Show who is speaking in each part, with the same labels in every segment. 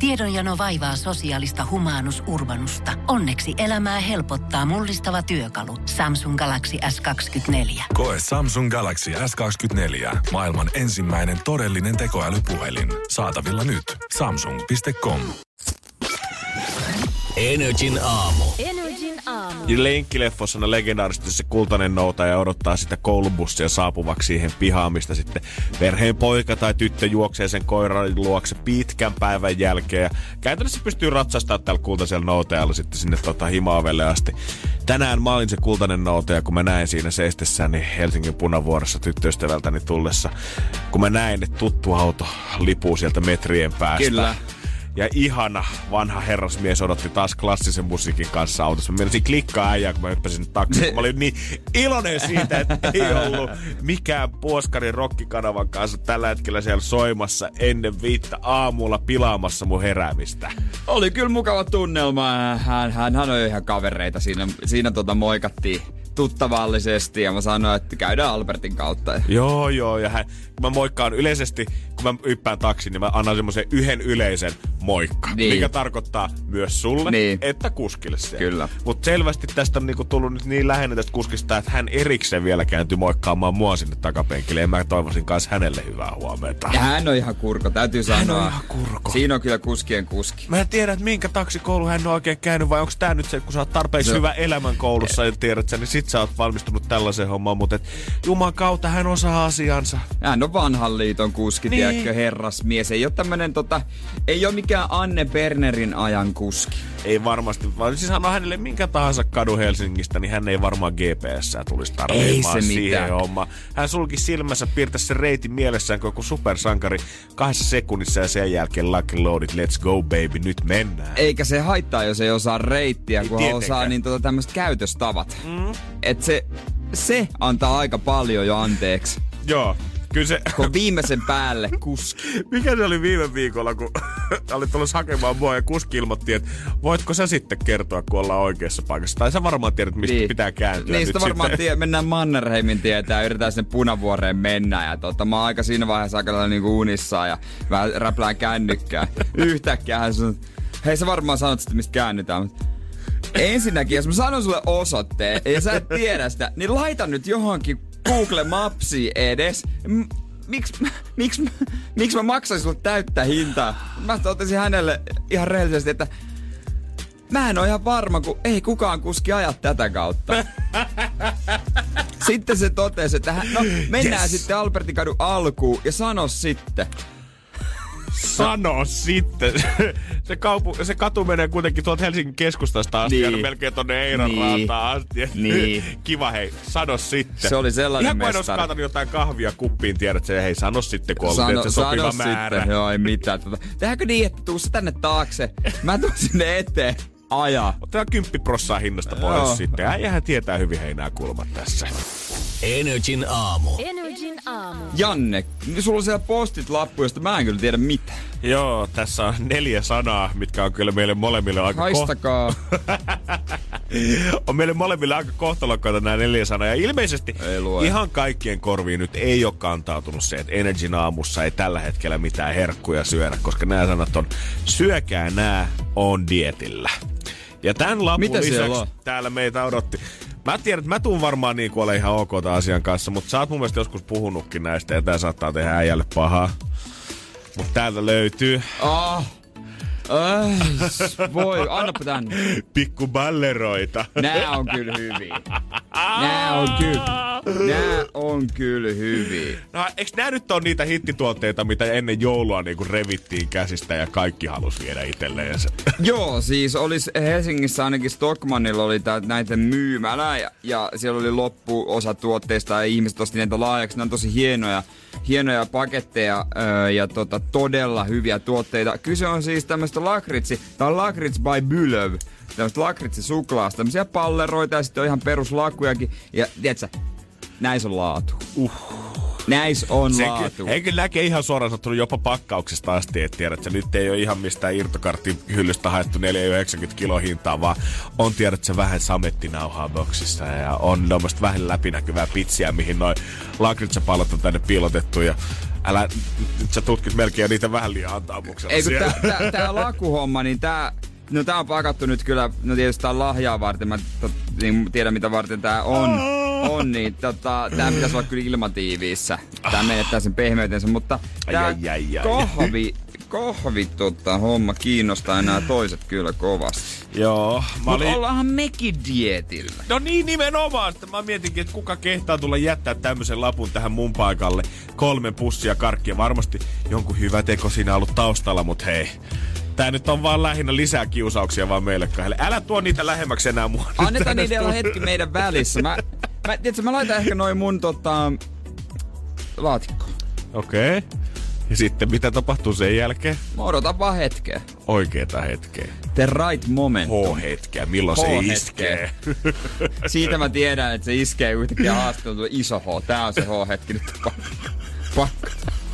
Speaker 1: Tiedonjano vaivaa sosiaalista humanus urbanusta. Onneksi elämää helpottaa mullistava työkalu. Samsung Galaxy S24.
Speaker 2: Koe Samsung Galaxy S24. Maailman ensimmäinen todellinen tekoälypuhelin. Saatavilla nyt. Samsung.com.
Speaker 3: Energin aamu.
Speaker 4: Lenkkileffossa on legendaarisesti se kultainen noutaja odottaa sitä koulubussia saapuvaksi siihen pihaan, mistä sitten perheen poika tai tyttö juoksee sen koiran luokse pitkän päivän jälkeen. Ja käytännössä pystyy ratsastamaan tällä kultaisella noutajalla sitten sinne himaavelle asti. Tänään mä olin se kultainen noutaja, kun mä näin siinä seistessäni Helsingin Punavuorossa tyttöystävältäni tullessa. Kun mä näin, että tuttu auto lipuu sieltä metrien päästä.
Speaker 5: Kyllä.
Speaker 4: Ja ihana vanha herrasmies odotti taas klassisen musiikin kanssa autossa. Mä menisin klikkaa äijää, kun mä hyppäsin taksiin. Mä olin niin iloinen siitä, että ei ollut mikään puoskarin rokkikanavan kanssa tällä hetkellä siellä soimassa ennen 5 aamulla pilaamassa mun heräämistä.
Speaker 5: Oli kyllä mukava tunnelma. Hän on ihan kavereita. Siinä moikattiin tuttavallisesti ja mä sanoin, että käydään Albertin kautta.
Speaker 4: Joo, ja kun mä moikkaan yleisesti, kun mä hyppään taksiin, niin mä annan semmoisen yhden yleisen moikka. Niin. Mikä tarkoittaa myös sulle, että kuskille siellä.
Speaker 5: Kyllä.
Speaker 4: Mutta selvästi tästä on tullut nyt niin läheinen tästä kuskista, että hän erikseen vielä kääntyi moikkaamaan mua sinne takapenkille. Ja mä toivoisin kanssa hänelle hyvää huomenta.
Speaker 5: Ja hän on ihan kurko, täytyy sanoa.
Speaker 4: Hän on ihan kurko.
Speaker 5: Siinä on kyllä kuskien kuski.
Speaker 4: Mä en tiedä, että minkä taksikoulu hän on oikein käynyt, vai onko tää nyt se, kun sä oot tarpeeksi hyvä elämänkoulussa ja tiedät sen, niin sit sä oot valmistunut tällaiseen hommaan. Mutta juman kautta hän osaa asiansa.
Speaker 5: Hän on vanhan liiton kuski, tiedätkö, herrasmies. Ei ole tämmönen ei ole mikään Anne Bernerin ajan kuski.
Speaker 4: Ei varmasti, vaan siis sanoo hänelle minkä tahansa kadun Helsingistä, niin hän ei varmaan GPS:ää tulisi tarvimaan siihen hommaan. Hän sulki silmänsä, piirtäisi sen reitin mielessään kuin joku supersankari 2 sekunnissa ja sen jälkeen lucky loaded, let's go baby, nyt mennään. Eikä
Speaker 5: se haittaa, jos ei osaa reittiä, kun osaa niin tämmöiset käytöstavat. Et se antaa aika paljon jo anteeksi.
Speaker 4: Joo. Kyllä se...
Speaker 5: Kun viimeisen päälle kuski.
Speaker 4: Mikä se oli viime viikolla, kun olit tulossa hakemaan mua ja kuski ilmoitti, että voitko sä sitten kertoa, kun ollaan oikeassa paikassa? Tai sä varmaan tiedät, mistä pitää kääntyä.
Speaker 5: Niistä varmaan mennään Mannerheimin tietä ja yritetään sinne Punavuoreen mennä. Ja mä oon aika siinä vaiheessa aika niinku unissaan ja vähän räplään kännykkää. Yhtäkkiä hän sanoo, hei sä varmaan sanot sitten, mistä käännytään. Ensinnäkin, jos mä sanon sulle osoitteen ja sä et tiedä sitä, niin laita nyt johonkin Google Mapsiin edes. Miksi mä maksaisin sulle täyttä hintaa? Mä totesin hänelle ihan rehellisesti, että mä en oo ihan varma, kun ei kukaan kuski aja tätä kautta. Sitten se totesi, että mennään sitten Albertikadun alkuun ja sano sitten.
Speaker 4: Sano sitten. Se katu menee kuitenkin tuolta Helsingin keskustasta asti ja melkein tonne Eiran raataan asti. Kiva hei, sano sitten.
Speaker 5: Se oli sellainen
Speaker 4: mestari. Ihan kun en kaatanut jotain kahvia kuppiin, tiedät se, hei sano sitten, kun on se sopiva määrä.
Speaker 5: Sitten. Joo, ei mitään. Tehdäänkö niin, että tuu sä tänne taakse? Mä tuun sinne eteen. Aja.
Speaker 4: Otetaan 10% hinnasta pois sitten. Äijähän tietää hyvin heinää kulmat tässä.
Speaker 3: Energin aamu.
Speaker 5: Janne, sulla on siellä postit lappu, josta mä en kyllä tiedä mitään.
Speaker 4: Joo, tässä on 4 sanaa, mitkä on kyllä meille molemmille aika...
Speaker 5: Haistakaa.
Speaker 4: On meille molemmille aika kohtalokkaita nämä 4 sanaa. Ja ilmeisesti ihan kaikkien korviin nyt ei ole kantautunut se, että Energin aamussa ei tällä hetkellä mitään herkkuja syödä, koska nämä sanat on syökää nää, on dietillä. Ja tämän lapun lisäksi täällä meitä odotti. Mä tiedän, että mä tuun varmaan niin kuin ole ihan ok tämän asian kanssa, mutta sä oot mun mielestä joskus puhunutkin näistä ja tää saattaa tehdä äijälle pahaa. Mut täältä löytyy...
Speaker 5: Voi, annapa tänne.
Speaker 4: Pikkuballeroita.
Speaker 5: Nää on kyllä hyviä. Nää on kyllä hyviä.
Speaker 4: No, eiks nää nyt on niitä hittituotteita, mitä ennen joulua niinku revittiin käsistä ja kaikki halus viedä itselleen?
Speaker 5: Joo, siis olisi Helsingissä ainakin Stockmannilla oli näitä myymälä ja siellä oli loppuosa tuotteista ja ihmiset osti näitä laajaksi. Ne on tosi hienoja paketteja ja todella hyviä tuotteita. Kyse on siis tämmöistä lakrits by Bylöv. Tämmöistä lakritsisuklaasta. Tämmöisiä palleroita ja sitten on ihan peruslakujakin. Ja tiedätkö, näissä on laatu. Näis on laatu.
Speaker 4: Eikö näkee ihan suoraan sanottuna jopa pakkauksesta asti, että tiedät, että nyt ei ole ihan mistään irtokarttihyllystä haettu 4,90 kilo hintaa, vaan on tiedät, että se vähän samettinauhaa boksissa ja on tommoista vähän läpinäkyvää pitsiä, mihin noin lakritsapallot on tänne piilotettu ja nyt sä tutkit melkein niitä vähän liian antamuksella.
Speaker 5: Ei kun tää lakuhomma, niin tää on pakattu nyt kyllä, no tietysti tää on lahjaa varten, mä niin tiedän mitä varten tää on, niin tää pitäisi olla kyllä ilmatiiviissä. Tää menettää sen pehmeytensä, mutta tää kahvi homma kiinnostaa enää toiset kyllä kovasti.
Speaker 4: Joo.
Speaker 5: Ollaanhan mekin dietillä.
Speaker 4: No niin nimenomaan. Mä mietinkin, että kuka kehtaa tulla jättää tämmöisen lapun tähän mun paikalle. 3 pussia karkkia. Varmasti jonkun hyvä teko siinä ollut taustalla, mut hei. Tää nyt on vaan lähinnä lisää kiusauksia vaan meille kahdelle. Älä tuo niitä lähemmäksi enää mua.
Speaker 5: Annetaan niiden olla hetki meidän välissä. Mä laitan ehkä noin mun laatikkoon.
Speaker 4: Okei. Ja sitten mitä tapahtuu sen jälkeen?
Speaker 5: Mä odotan vaan hetkeä.
Speaker 4: Oikeeta hetkeä.
Speaker 5: The right moment.
Speaker 4: H-hetkeä. Milloin se iskee?
Speaker 5: Siitä mä tiedän, että se iskee yhtäkkiä haastattelua iso H. Tää on se H-hetki nyt. Pakka.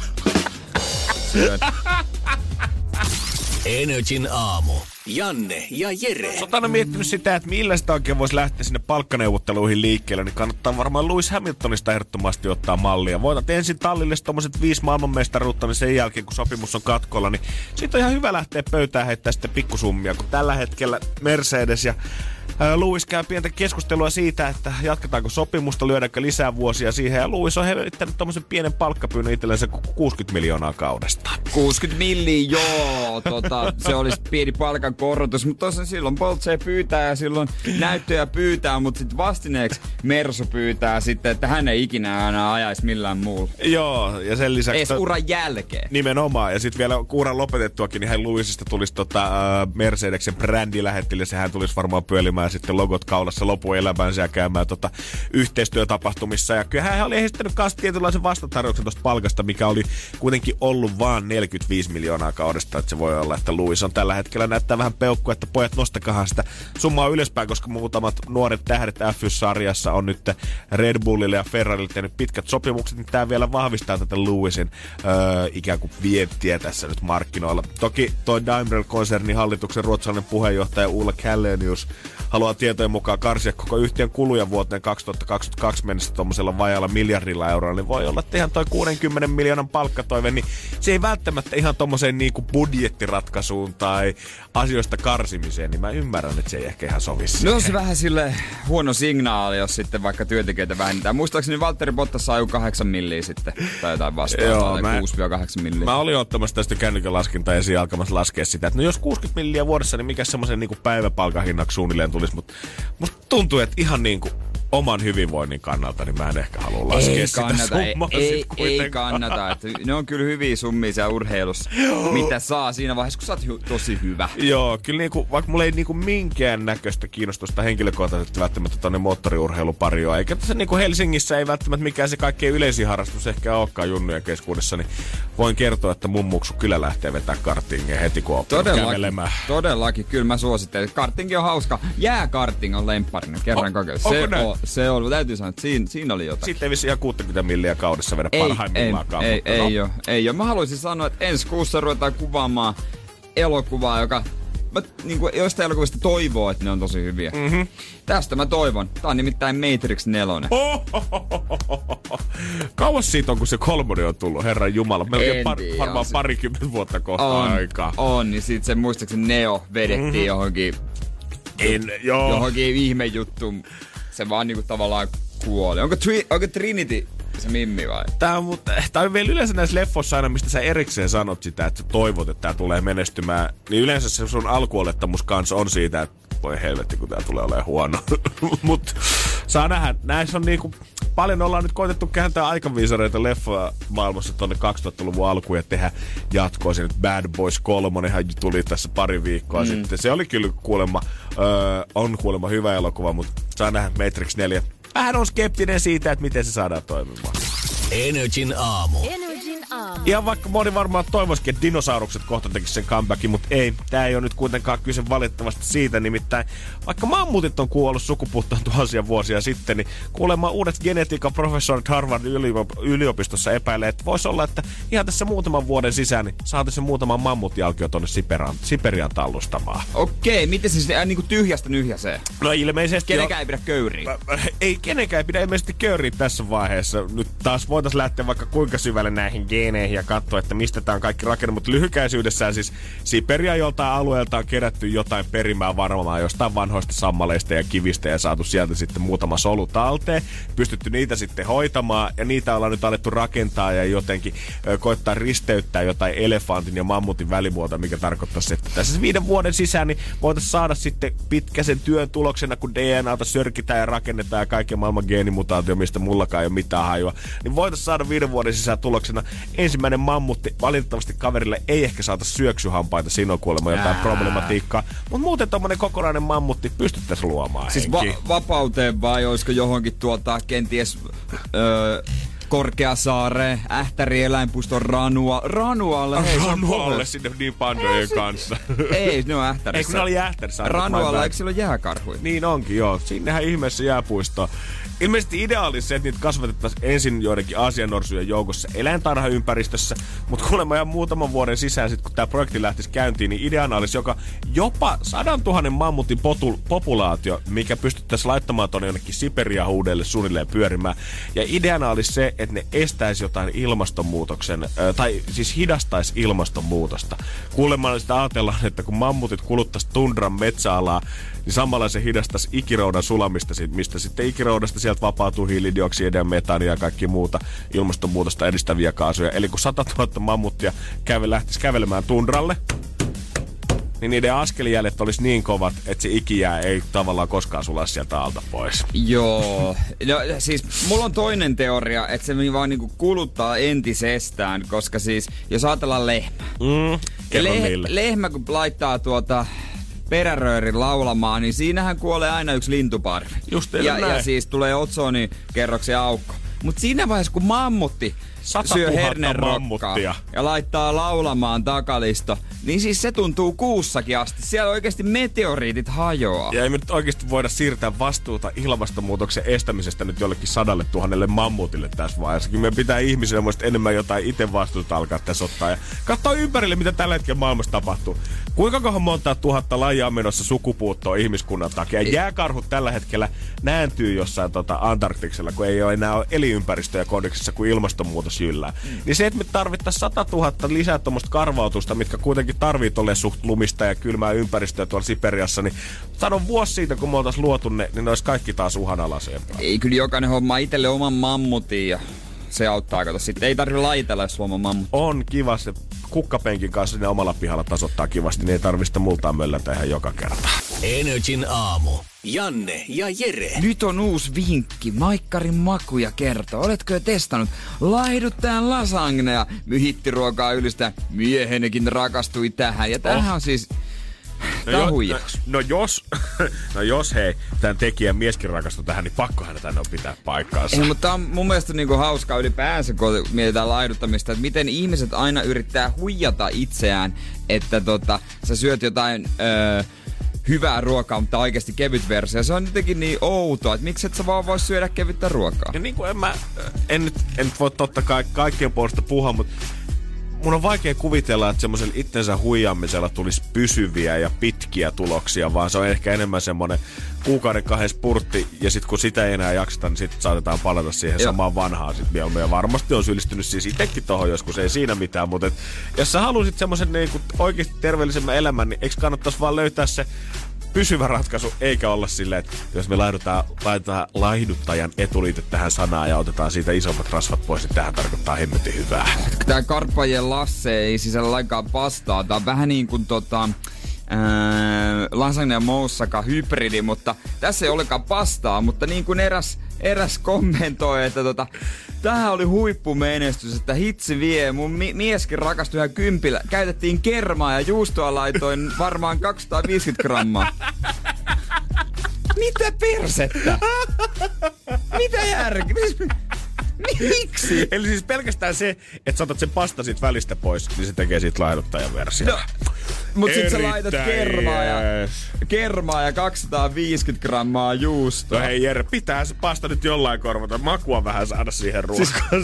Speaker 3: NRJ:n aamu. Janne ja Jere.
Speaker 4: Sä oot aina miettinyt sitä, että millä sitä oikein voisi lähteä sinne palkkaneuvotteluihin liikkeelle, niin kannattaa varmaan Lewis Hamiltonista ehdottomasti ottaa mallia. Voitat ensin tallille tommoset 5 maailmanmestaruutta, niin sen jälkeen kun sopimus on katkolla, niin siitä on ihan hyvä lähteä pöytään heittää sitten pikkusummia, kun tällä hetkellä Mercedes ja Lewis käy pientä keskustelua siitä, että jatketaanko sopimusta, lyödäänkö lisää vuosia siihen. Ja Lewis on heittänyt tommosen pienen palkkapyynnön itsellensä 60 miljoonaa kaudesta.
Speaker 5: 60 milliä, joo. Se olisi pieni palkan korotus, mutta tosiaan silloin Boltse pyytää ja silloin näyttöjä pyytää, mutta sitten vastineeksi Mersu pyytää sitten, että hän ei ikinä aina ajaisi millään muulla.
Speaker 4: Joo, ja sen lisäksi...
Speaker 5: Ees uran jälkeen.
Speaker 4: Nimenomaan, ja sitten vielä uran lopetettuakin, niin hän Lewisista tulisi Mercedeksen brändilähettille, sehän tulisi varmaan pyölimään sitten logot kaulassa lopuelämänsä ja käymään yhteistyötapahtumissa. Ja kyllä hän oli esittänyt myös tietynlaisen vastatarjouksen tuosta palkasta, mikä oli kuitenkin ollut vaan 45 miljoonaa kaudesta. Että se voi olla, että Lewis on tällä hetkellä näyttää vähän peukkua, että pojat nostakahan sitä summaa ylöspäin, koska muutamat nuoret tähdet F1-sarjassa on nyt Red Bullille ja Ferrarille tehnyt pitkät sopimukset, niin tämä vielä vahvistaa tätä Lewisin ikään kuin viettiä tässä nyt markkinoilla. Toki toi Daimler-konsernin hallituksen ruotsalainen puheenjohtaja Ulla Källenius haluaa tietojen mukaan karsia koko yhtiön kuluja vuoteen 2022 mennessä tuommoisella vajaalla miljardilla eurolla, niin voi olla, että ihan toi 60 miljoonan palkkatoive, niin se ei välttämättä ihan tommoseen niinku budjettiratkaisuun tai asioista karsimiseen, niin mä ymmärrän, että se ei ehkä ihan sovi siihen.
Speaker 5: No se vähän sille huono signaali, jos sitten vaikka työntekijöitä vähennetään. Muistaakseni Valtteri Bottas saa 8 milliä sitten, tai jotain vastaavaa, tai 6-8 milliä.
Speaker 4: Mä olin ottamassa tästä kännykän laskintaa esiin alkamassa laskea sitä, että no jos 60 milliä vuodessa, niin mikä semmoisen niinku päiväpalkahinnaksi suunnilleen tulisi, mutta musta tuntuu, että ihan niinku oman hyvinvoinnin kannalta, niin mä en ehkä halua laskea sitä summaa.
Speaker 5: Ei kannata. Että ne on kyllä hyviä summia siellä urheilussa, mitä saa siinä vaiheessa, kun sä oot tosi hyvä.
Speaker 4: Joo, kyllä niinku, vaikka mulla ei niinku minkään näköistä kiinnostusta henkilökohtaisesti välttämättä tonne moottoriurheiluparioon, eikä tässä niinku Helsingissä ei välttämättä mikään se kaikkein yleisin harrastus ehkä olekaan junnujen keskuudessa, niin voin kertoa, että mun muksu kyllä lähtee vetää kartingia heti, kun oppii kävelemään.
Speaker 5: Todellakin, kyllä mä suosittelen. Kartingi on hauska. Jääkarting on lempparina, kerran kokeilla. Se on, täytyy sanoa, että siinä oli jotain.
Speaker 4: Sitten ei vissi ihan 60 milliä kaudessa vedä parhaimmillaan.
Speaker 5: Ei ole. Mä haluaisin sanoa, että ensi kuussa ruvetaan kuvaamaan elokuvaa, joista elokuvista toivoo, että ne on tosi hyviä. Mm-hmm. Tästä mä toivon. Tää on nimittäin Matrix 4.
Speaker 4: Kauas siitä on, kun se 3 on tullut, herran jumala. Melkein varmaan parikymmentä vuotta kohta aikaa.
Speaker 5: On, niin sit se muistaakseni Neo vedettiin johonkin ihme juttuun. Se vaan niinku tavallaan kuoli. Onko Trinity se mimmi vai?
Speaker 4: Tää on vielä yleensä näissä leffoissa aina, mistä sä erikseen sanot sitä, että sä toivot, että tää tulee menestymään. Niin yleensä se sun alkuolettamus kanssa on siitä, että voi helvetti, kun tää tulee olemaan huono. Mut saa nähdä. Näissä on niinku paljon ollaan nyt koitettu kääntää aikaviisareita leffa maailmassa tonne 2000-luvun alkuun ja tehdä jatkoa. Se nyt Bad Boys 3 tuli tässä pari viikkoa sitten. Se oli kyllä kuulemma hyvä elokuva, mutta saa nähdä Matrix 4. Vähän on skeptinen siitä, että miten se saadaan toimimaan.
Speaker 3: NRJ:n aamu.
Speaker 4: Ihan vaikka moni varmaan toivoisikin, että dinosaurukset kohta tekisi sen comebackin, mutta Ei, tää ei ole nyt kuitenkaan kyse valitettavasti siitä, nimittäin vaikka mammutit on kuollut sukupuuttoon tuhansia vuosia sitten, niin kuulemma uudet genetiikan professorit Harvardin yliopistossa epäilee, että voisi olla, että ihan tässä muutaman vuoden sisään niin saataisiin muutaman mammutjalkio tonne Siperian tallustamaan.
Speaker 5: Okei, miten se niin kuin tyhjästä nyhjäsee?
Speaker 4: No ilmeisesti...
Speaker 5: Kenenkään ei pidä köyriä.
Speaker 4: Ei kenenkään ei pidä ilmeisesti köyriä tässä vaiheessa. Nyt taas voitaisiin lähteä vaikka kuinka syvälle näihin geeneihin ja katsoa, että mistä tää on kaikki rakennut. Mutta lyhykäisyydessään siis Siperia joltain alueelta on kerätty jotain perimää varmaan jostain vanhoista sammaleista ja kivistä ja saatu sieltä sitten muutama solu talteen. Pystytty niitä sitten hoitamaan ja niitä ollaan nyt alettu rakentaa ja jotenkin koittaa risteyttää jotain elefantin ja mammutin välimuotoa, mikä tarkoittaisi, että tässä 5 vuoden sisään niin voitaisiin saada sitten pitkäsen työn tuloksena, kun DNAta sörkitään ja rakennetaan ja kaiken maailman geenimutaatio, mistä mullakaan ei ole mitään hajua, niin voitaisiin saada 5 vuoden sisään tuloksena ensimmäinen mammutti. Valitettavasti kaverille ei ehkä saata syöksyhampaita, siinä on kuulemma jotain problematiikkaa, mutta muuten tommonen kokonainen mammutti pystyttäisiin luomaan.
Speaker 5: Siis vapauteen vai olisiko johonkin kenties Korkeasaare, Ähtäri eläinpuiston Ranualle.
Speaker 4: Ranualle sinne niin pandojen kanssa.
Speaker 5: Ei, ne on Ähtärissä.
Speaker 4: Ei, kun ne oli Ähtärissä.
Speaker 5: Ranualla, eikö siellä ole jääkarhuja?
Speaker 4: Niin onkin, joo. Sinnehän ihmeessä jääpuistoon. Ilmeisesti ideaali olisi se, että niitä kasvatettaisiin ensin joidenkin aasianorsujen joukossa eläintarhaympäristössä, mutta kuulemma ihan muutaman vuoden sisään, sit kun tämä projekti lähtisi käyntiin, niin ideana olisi jopa 100 000 mammutin populaatio, mikä pystyttäisiin laittamaan tuonne jonnekin Siperia-huudelle suunnilleen pyörimään. Ja ideana olisi se, että ne estäisi jotain ilmastonmuutoksen, tai siis hidastaisi ilmastonmuutosta. Kuulemma sitä ajatellaan, että kun mammutit kuluttaisi tundran metsäalaa, niin samalla se hidastaisi ikiroudan sulamista, mistä sitten ikiroudasta sieltä vapautuu hiilidioksidia, metaania ja kaikki muuta ilmastonmuutosta edistäviä kaasuja. Eli kun 100 000 mammuttia lähtisi kävelemään tundralle, niin niiden askelijäljet olisi niin kovat, että se ikijää ei tavallaan koskaan sulaa sieltä alta pois. Joo.
Speaker 5: No siis mulla on toinen teoria, että se vaan niinku kuluttaa entisestään, koska siis jos ajatellaan lehmää. Lehmä kun laittaa peräröörin laulamaan, niin siinähän kuolee aina yksi lintuparvi.
Speaker 4: Just
Speaker 5: ja siis tulee otsonikerroksen aukko. Mutta siinä vaiheessa, kun mammutti syö hernerokkaa ja laittaa laulamaan takalista, niin siis se tuntuu kuussakin asti. Siellä oikeasti meteoriitit hajoaa.
Speaker 4: Ja ei me nyt oikeasti voida siirtää vastuuta ilmastonmuutoksen estämisestä nyt jollekin 100 000 mammutille tässä vaiheessa. Kyllä me pitää ihmisille muista enemmän jotain itse vastuuta alkaa tässä ottaa. Ja katsoa ympärille, mitä tällä hetkellä maailmassa tapahtuu. Kuinka monta tuhatta lajia on menossa sukupuuttoon ihmiskunnan takia? Jääkarhut tällä hetkellä nääntyy jossain Antarktiksella, kun ei ole enää elinympäristöjä koodiksessa, kun ilmastonmuutos jyllää. Niin se, että me tarvittaisiin 100 000 lisää tuommoista karvautusta, mitkä kuitenkin tarvii tolleen suht lumista ja kylmää ympäristöä tuolla Siperiassa, niin sanon vuosi siitä, kun me oltaisiin luotu ne, niin ne olisi kaikki taas uhanalaisempaa.
Speaker 5: Ei, kyllä jokainen hommaa itselle oman mammutin ja se auttaa, kato. Sitten ei tarvitse lajitella, jos luomaan mammutin.
Speaker 4: On kiva se kukkapenkin kanssa sinne omalla pihalla tasoittaa kivasti, niin ei tarvitse multaan möllätä ihan joka kerta.
Speaker 3: Energin aamu. Janne ja Jere.
Speaker 5: Nyt on uusi vinkki. Maikkarin makuja kertoo. Oletko jo testannut laihduttajan lasagnea? Hittiruokaa ylistää. Miehenikin rakastui tähän. Ja tämähän on siis...
Speaker 4: No jos hei, tämän tekijän mieskin rakastui tähän, niin pakko hän tänne on pitää paikkaansa.
Speaker 5: Ei, mutta on mun mielestä niinku hauskaa ylipäänsä, kun mietitään laihduttamista, että miten ihmiset aina yrittää huijata itseään, että sä syöt jotain hyvää ruokaa, mutta oikeasti kevyt versio. Se on jotenkin niin outoa, että miksi et sä vaan vois syödä kevyttä ruokaa?
Speaker 4: Ja niin kuin en nyt voi totta kai kaikkien puolesta puhua, mutta mun on vaikea kuvitella, että semmoisella itsensä huijaamisella tulisi pysyviä ja pitkiä tuloksia, vaan se on ehkä enemmän semmoinen 1-2 spurtti, ja sit kun sitä ei enää jakseta, niin sit saatetaan palata siihen samaan vanhaan sit mieluummin. Ja varmasti on syyllistynyt siis itekin tohon joskus, ei siinä mitään, mutta jos sä halusit semmoisen niinku oikeasti terveellisemmän elämän, niin eikö kannattais vaan löytää se pysyvä ratkaisu, eikä olla silleen, että jos me laitetaan laihduttajan etuliite tähän sanaan ja otetaan siitä isommat rasvat pois, niin tähän tarkoittaa hemmetin hyvää.
Speaker 5: Tää Karppajien Lasse ei sisällä lainkaan pastaa. Tää on vähän niin kuin lasagne ja moussaka hybridi, mutta tässä ei olekaan pastaa, mutta niin kuin eräs kommentoi, että tämähän oli huippumenestys, että hitsi vie. Mun mieskin rakastui ihan kympillä. Käytettiin kermaa ja juustoa laitoin varmaan 250 grammaa. Mitä persettä? Mitä järki? Miksi?
Speaker 4: Eli siis pelkästään se, että sä otat sen pasta siitä välistä pois, niin se tekee siitä laihduttajan versio.
Speaker 5: Mut sit sä laitat kermaa ja 250 grammaa juustoa.
Speaker 4: No hei Jere, pitää se pasta nyt jollain korvata. Makua vähän saada siihen ruokaan.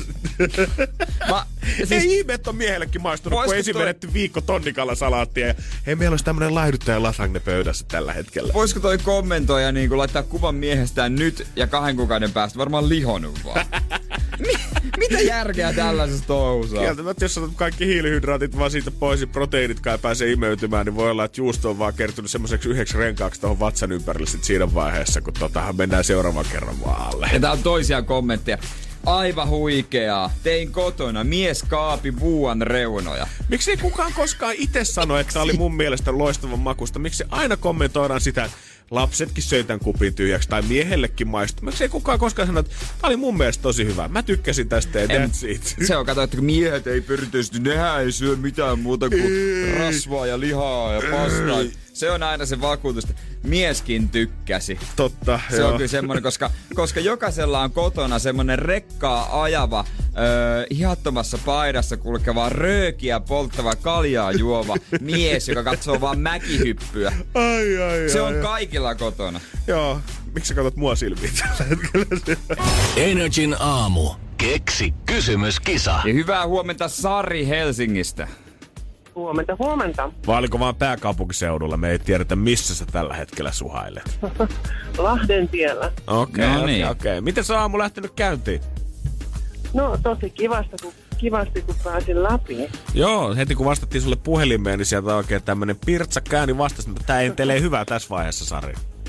Speaker 4: Ei ihme, että on miehellekin maistunut, kun ensin vedetty viikko tonnikala-salaattia. Ja hei, meillä olisi tämmönen laihduttaja lasagne pöydässä tällä hetkellä.
Speaker 5: Voisiko toi kommentoija niin laittaa kuvan miehestään nyt ja 2 kuukauden päästä? Varmaan lihonut vaan. Mitä järkeä tällaisessa touhussa?
Speaker 4: Kieltämättä, jos otat kaikki hiilihydraatit vaan siitä pois ja proteiinitkaan ei pääse imeytymään, niin voi olla, että juusto on vaan kertynyt semmoiseksi 9 renkaaksi tohon vatsan ympärille sit siinä vaiheessa, kun mennään seuraavan kerran vaan alle.
Speaker 5: Ja tää on toisia kommentteja. Aivan huikeaa. Tein kotona. Mies kaapi vuuan reunoja.
Speaker 4: Miksi ei kukaan koskaan itse sano, että tää oli mun mielestä loistavan makusta? Miksi aina kommentoidaan sitä, että lapsetkin söi tän kupin tyhjäksi tai miehellekin maistui? Miksi ei kukaan koskaan sano, että tää oli mun mielestä tosi hyvä. Mä tykkäsin tästä ja that's it.
Speaker 5: Se on, kato, että kun miehet ei perinteisesti, nehän ei syö mitään muuta kuin rasvaa ja lihaa ja pastaa. Se on aina se vakuutus. Mieskin tykkäsi.
Speaker 4: Totta,
Speaker 5: se on kyllä semmonen, koska jokaisella on kotona semmonen rekkaa ajava, hihattomassa paidassa kulkeva, röökiä polttava, kaljaa juova mies, joka katsoo vaan mäkihyppyä. Se on kaikilla kotona.
Speaker 4: Joo, miksi sä katsot mua silmiin tällä hetkellä?
Speaker 3: Energin aamu. Keksi kysymyskisa.
Speaker 5: Ja hyvää huomenta Sari Helsingistä.
Speaker 6: Huomenta.
Speaker 4: Vai oliko vaan pääkaupunkiseudulla? Me ei tiedetä, missä sä tällä hetkellä suhailet.
Speaker 6: Lahden tiellä.
Speaker 4: Okei. Miten sä aamu lähtenyt käyntiin?
Speaker 6: No tosi kivasti, kun pääsin läpi.
Speaker 4: Joo, heti kun vastattiin sulle puhelimeen, niin sieltä oikein tämmönen pirtsakääni vastasi, että tää ei teille hyvää tässä vaiheessa, Sari.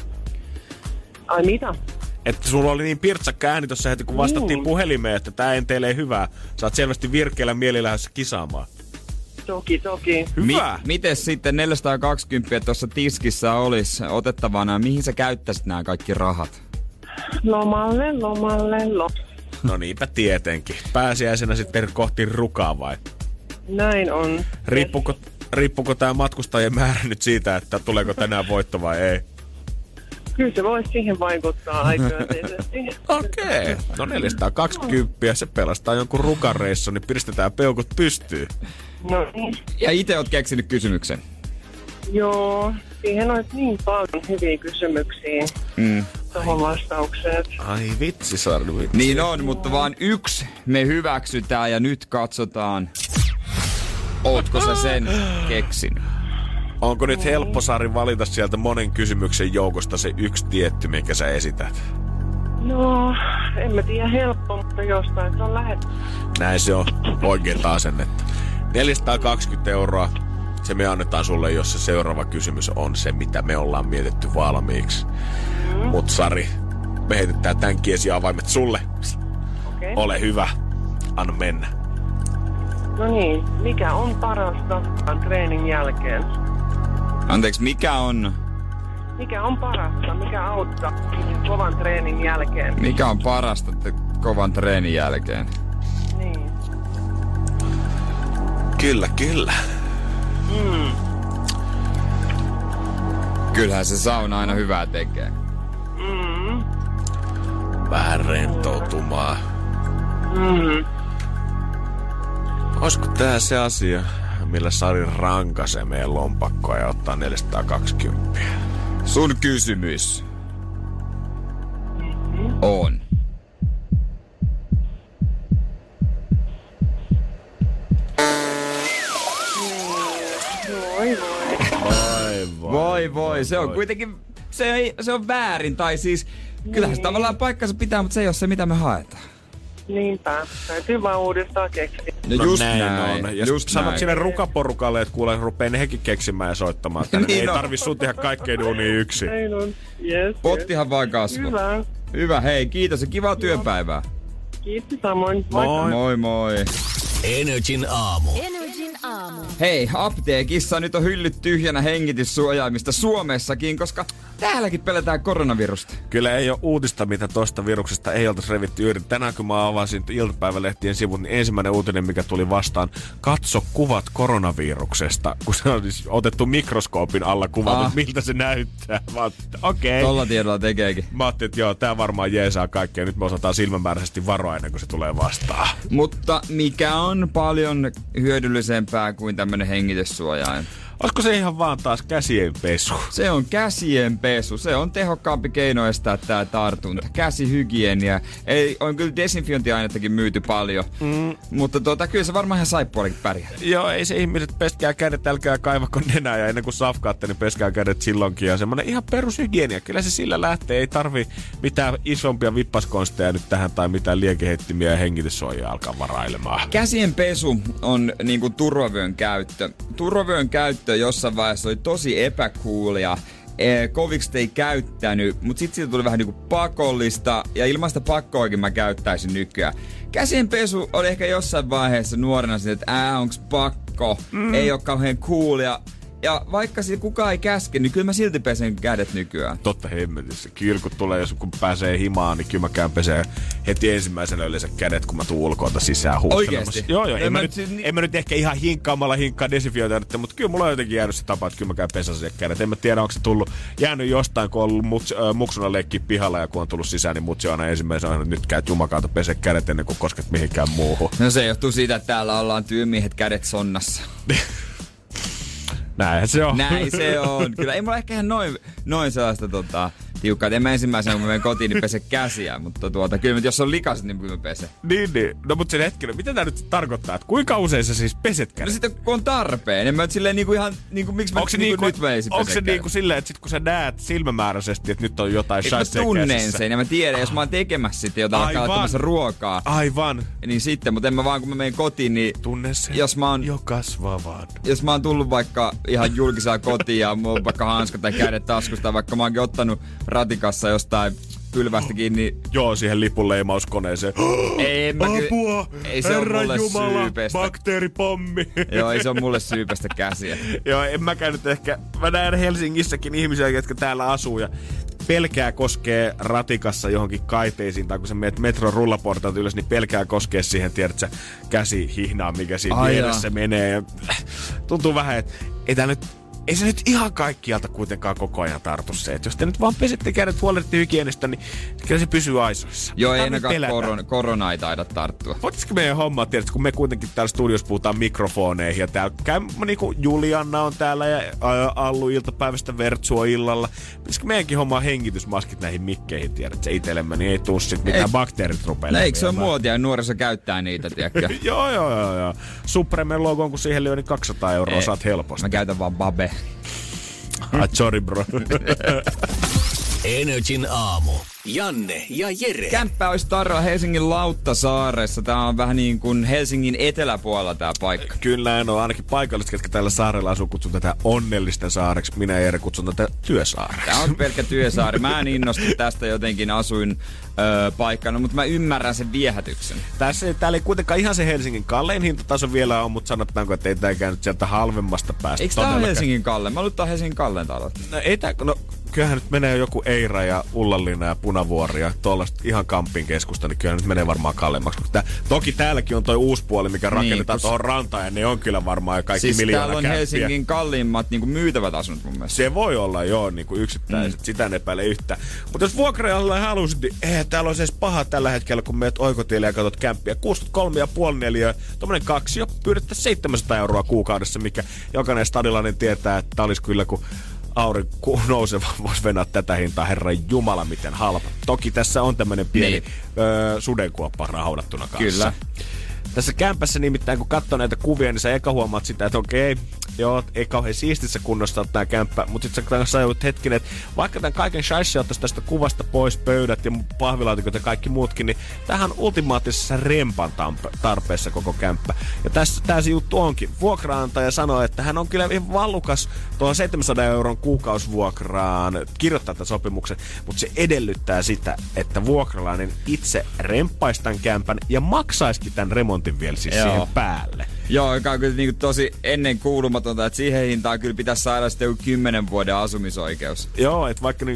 Speaker 6: Ai mitä?
Speaker 4: Että sulla oli niin pirtsakääni tossa heti kun vastattiin puhelimeen, että tää ei teille hyvää. Sä oot selvästi virkeillä mielilähdössä kisaamaan.
Speaker 6: Toki.
Speaker 4: Hyvä.
Speaker 5: Miten sitten 420 tuossa tiskissä olisi otettavana? Mihin sä käyttäisit nämä kaikki rahat?
Speaker 6: Lomalle.
Speaker 4: No niinpä tietenkin. Pääsiäisenä sitten kohti rukaa vai?
Speaker 6: Näin on.
Speaker 4: Riippuuko tää matkustajien määrä nyt siitä, että tuleeko tänään voitto vai ei?
Speaker 6: Kyllä se voisi siihen vaikuttaa aikaisesti.
Speaker 4: Okei. No 420, se pelastaa jonkun rukareissun, niin pistetään peukut pystyyn.
Speaker 6: No niin.
Speaker 5: Ja itse oot keksinyt kysymyksen.
Speaker 6: Joo, siihen on niin paljon hyviä kysymyksiä. Tuohon vastaukset.
Speaker 4: Ai vitsi, Sardu, vitsi.
Speaker 5: Niin on, mutta vaan yksi me hyväksytään ja nyt katsotaan. Ootko sä sen keksinyt?
Speaker 4: Onko nyt helppo, Sari, valita sieltä monen kysymyksen joukosta se yksi tietty, minkä sä esität?
Speaker 6: No, en mä tiedä helppo, mutta jostain se on lähetty.
Speaker 4: Näin se on oikein asennetta. 420 €. Se me annetaan sulle, jos se seuraava kysymys on se, mitä me ollaan mietitty valmiiksi. Mut Sari, me heitetään tän kiesi avaimet sulle.
Speaker 6: Okay.
Speaker 4: Ole hyvä. Anna mennä.
Speaker 6: No niin, mikä on parasta treenin jälkeen?
Speaker 5: Anteeksi, mikä on
Speaker 6: parasta? Mikä auttaa kovan treenin jälkeen?
Speaker 5: Mikä on parasta kovan treenin jälkeen?
Speaker 6: Niin.
Speaker 4: Kyllä.
Speaker 5: Kyllähän se sauna aina hyvää tekee.
Speaker 4: Vähän rentoutumaan. Olisiko tää se asia, millä Sari rankasee meidän lompakkoa ja ottaa 420?
Speaker 5: Sun kysymys on. Voi. Se on kuitenkin, se on väärin. Tai siis, kyllähän se tavallaan paikkansa pitää, mutta se ei ole se, mitä me haetaan.
Speaker 6: Niinpä. Täytyy vaan uudestaan keksiä.
Speaker 5: No just näin.
Speaker 4: Ja just sanot sinne rukaporukalle, että kuule, rupee ne hekin keksimään ja soittamaan tänne. Niin ei tarvi sun tehdä kaikkein duunia yksin.
Speaker 6: Näin on. Yes,
Speaker 5: pottihan vaan kasvoi. Hyvä, hei, kiitos ja kivaa työpäivää.
Speaker 6: Kiitos samoin.
Speaker 5: Moi.
Speaker 3: Energin aamu.
Speaker 5: Hei, apteekissa nyt on hyllyt tyhjänä hengityssuojaimista Suomessakin, koska täälläkin pelätään koronavirusta.
Speaker 4: Kyllä ei ole uutista, mitä tosta viruksesta ei oltaisi revitty yhden. Tänään kun mä avasin iltapäivälehtien sivut, niin ensimmäinen uutinen, mikä tuli vastaan, katso kuvat koronaviruksesta, kun se on siis otettu mikroskoopin alla kuvat, miltä se näyttää. Okei.
Speaker 5: Tolla tiedolla tekeekin.
Speaker 4: Mä ajattelin, että joo, tää varmaan jeesaa kaikkea. Nyt me osataan silmämääräisesti varoa ennen kuin se tulee vastaan.
Speaker 5: Mutta mikä on paljon hyödyllisempää kuin tämmönen hengityssuojain?
Speaker 4: Olisiko se ihan vaan taas käsien pesu?
Speaker 5: Se on käsien pesu. Se on tehokkaampi keino estää tää tartunta. Käsihygienia. On kyllä desinfiointiainettakin myyty paljon. Mutta kyllä se varmaan ihan saippuolikin pärjää.
Speaker 4: Joo, ei se ihmiset, peskää kädet, älkää kaivako nenää ja ennen kuin safkaatte, niin peskää kädet silloinkin. Ja semmonen ihan perushygienia. Kyllä se sillä lähtee. Ei tarvi mitään isompia vippaskonsteja nyt tähän tai mitään liekeheittimiä ja hengityssuojaa alkaa varailemaan.
Speaker 5: Käsien pesu on niinku turvavyön käyttö. Turvavyön käyttö jossain vaiheessa oli tosi epäcoolia. Koviksi ei käyttänyt, mutta sitten siitä tuli vähän niinku pakollista ja ilmaista pakkoakin mä käyttäisin nykyään. Käsien pesu oli ehkä jossain vaiheessa nuorena siitä, että onks pakko, ei oo kauhean coolia. Ja vaikka siitä kukaan ei käske, niin kyllä mä silti pesen kädet nykyään.
Speaker 4: Totta hemmetissä. Kyllä kun tulee, kun pääsee himaan, niin kyllä mä käyn pesee heti ensimmäisenä yleensä kädet, kun mä tuun ulkoilta sisään huuhtelemassa.
Speaker 5: Oikeesti?
Speaker 4: Joo. En mä nyt ehkä ihan hinkkaamalla hinkkaa desinfiointia, mutta kyllä mulla on jotenkin jäänyt se tapa, että kyllä mä käyn pesässä kädet. En mä tiedä, onko se jäänyt jostain, kun on ollut muksuna leikkiä pihalla ja kun on tullut sisään, niin mutsi on aina ensimmäisenä, että nyt käyt jumakaalta pese kädet ennen kuin kosket mihinkään muuhun.
Speaker 5: No se johtuu siitä, että täällä ollaan tyymiehet kädet sonnassa.
Speaker 4: Näin se on.
Speaker 5: Näin se on. Kyllä ei mulla ehkä ihan noin sellaista tiukkaa. En mä ensimmäisenä, kun mä menen kotiin, niin pese käsiä. Mutta kyllä jos on likaset, niin kyllä mä pesen.
Speaker 4: Niin. No mutta sen hetkinen, mitä tää nyt tarkoittaa? Että kuinka usein sä siis peset kädet?
Speaker 5: No sitten kun on tarpeen. En mä nyt silleen niinku ihan, niinku miksi mä nyt veisin
Speaker 4: onko se niinku silleen, että sit kun sä näet silmämääräisesti, että nyt on jotain shaisee käsissä?
Speaker 5: Mä tunnen sen ja mä tiedän, jos mä oon tekemässä sitten jotain vaikka laittamassa ruokaa.
Speaker 4: Aivan.
Speaker 5: Niin sitten, mutta en mä vaan kun mä menen kotiin, niin
Speaker 4: tunne sen
Speaker 5: jos mä oon
Speaker 4: jo kasvavan.
Speaker 5: Jos mä oon tullut vaikka ihan julkisella kotiin ja mulla on vaikka hanskat tai kädet taskusta, vaikka mä oonkin ottanut ratikassa jostain pylvästä kiinni.
Speaker 4: Joo, siihen lipunleimauskoneeseen. Apua!
Speaker 5: Ei se ole mulle
Speaker 4: Jumala,
Speaker 5: syypestä.
Speaker 4: Bakteeripommi.
Speaker 5: Joo, ei se ole mulle syypestä käsiä.
Speaker 4: Joo, en mäkään nyt ehkä. Mä näen Helsingissäkin ihmisiä, jotka täällä asuu ja pelkää koskee ratikassa johonkin kaiteisiin, tai kun sä meet metron rullaportaat ylös, niin pelkää koskee siihen, tiedät sä, käsihihnaa, mikä siinä vieressä menee. Ja tuntuu vähän, että ei se nyt ihan kaikkialta kuitenkaan koko ajan tartu se, että jos te nyt vaan pesette kädet, huolehditte hygienistä, niin kyllä se pysyy aisoissa.
Speaker 5: Joo, ei ainakaan korona ei taida tarttua.
Speaker 4: Voitaisko meidän hommaa, tiedätkö, kun me kuitenkin täällä studiossa puhutaan mikrofoneihin ja täällä niinku Julianna on täällä ja Allu iltapäivästä Vertsua illalla. Pitäisikö meidänkin hommaa hengitysmaskit näihin mikkeihin, tiedätkö, itsellemme, niin ei tuu sit mitään bakteerit rupeaa.
Speaker 5: No eikö se ole muotia ja nuoriso käyttää niitä, tiedätkö?
Speaker 4: Joo. Supremen logoon, kun siihen lyö, niin 200 € saat helposti.
Speaker 5: Mä käytän vaan Babe.
Speaker 4: Sorry bro.
Speaker 3: Energin aamu. Janne ja Jere.
Speaker 5: Kämppä olisi tarjolla Helsingin Lauttasaaressa. Tää on vähän niin kuin Helsingin eteläpuolella tää paikka.
Speaker 4: Kyllä näin on. Ainakin paikalliset, ketkä täällä saarella asuu, kutsun tätä onnellisten saareksi. Minä ja Jere kutsun tätä työsaareksi.
Speaker 5: Tää on pelkkä työsaari. Mä en innostu tästä jotenkin asuin paikkana, mutta mä ymmärrän sen viehätyksen.
Speaker 4: Täällä ei kuitenkaan ihan se Helsingin kallein hintataso vielä on, mutta sanotaanko, että ei tää käynyt sieltä halvemmasta päästä.
Speaker 5: Eikö tää ole Helsingin kallein? Mä luulen, että tää on Helsingin kallein talo.
Speaker 4: No ei tää, kyllähän nyt menee joku Eira ja Ullanlinna ja Punavuori ja tuollaista ihan kampin keskusta, niin kyllähän nyt menee varmaan kalleimmaksi. Toki täälläkin on toi uusi puoli, mikä rakennetaan tuohon rantaan ja ne on kyllä varmaan kaikki
Speaker 5: siis
Speaker 4: miljoona
Speaker 5: täällä on
Speaker 4: kämppiä.
Speaker 5: Helsingin kalliimmat niin kuin myytävät asunnot mun mielestä.
Speaker 4: Se voi olla joo, niin kuin yksittäiset, sitä en epäile yhtään. Mutta jos vuokraajalla halusit, niin täällä on se paha tällä hetkellä, kun meet oikotielle ja katsot kämppiä. 63,5 neliöä, tommonen 2 jo pyydettäisiin 700 € kuukaudessa, mikä jokainen stadilainen tietää, että olisi kyllä kun aurinko nouseva voisi venää tätä hintaa, herran jumala, miten halpa. Toki tässä on tämmönen pieni sudenkuoppa rahaudattuna kanssa.
Speaker 5: Kyllä.
Speaker 4: Tässä kämpässä nimittäin, kun katsoo näitä kuvia, niin sä eka huomaat sitä, että okei, joo, ei kauhean siistissä kunnossa ole tää kämppä, mutta sit sä joudut hetkinen, että vaikka tämän kaiken shaissi ottaisi tästä kuvasta pois, pöydät ja pahvilaatikot ja kaikki muutkin, niin tämähän on ultimaattisessa rempan tarpeessa koko kämppä. Ja tässä tää se juttu onkin. Vuokraantaja sanoi, että hän on kyllä ihan vallukas tuohon 700 € kuukausivuokraan kirjoittaa tämän sopimuksen, mutta se edellyttää sitä, että vuokralainen itse remppaisi tämän kämpän ja maksaisikin tämän remontin vielä siis siihen päälle.
Speaker 5: Joo, joka on kyllä niinku tosi ennen kuulumatonta, että siihen hintaan kyllä pitäisi saada sitten joku 10 vuoden asumisoikeus.
Speaker 4: Joo, että vaikka niinku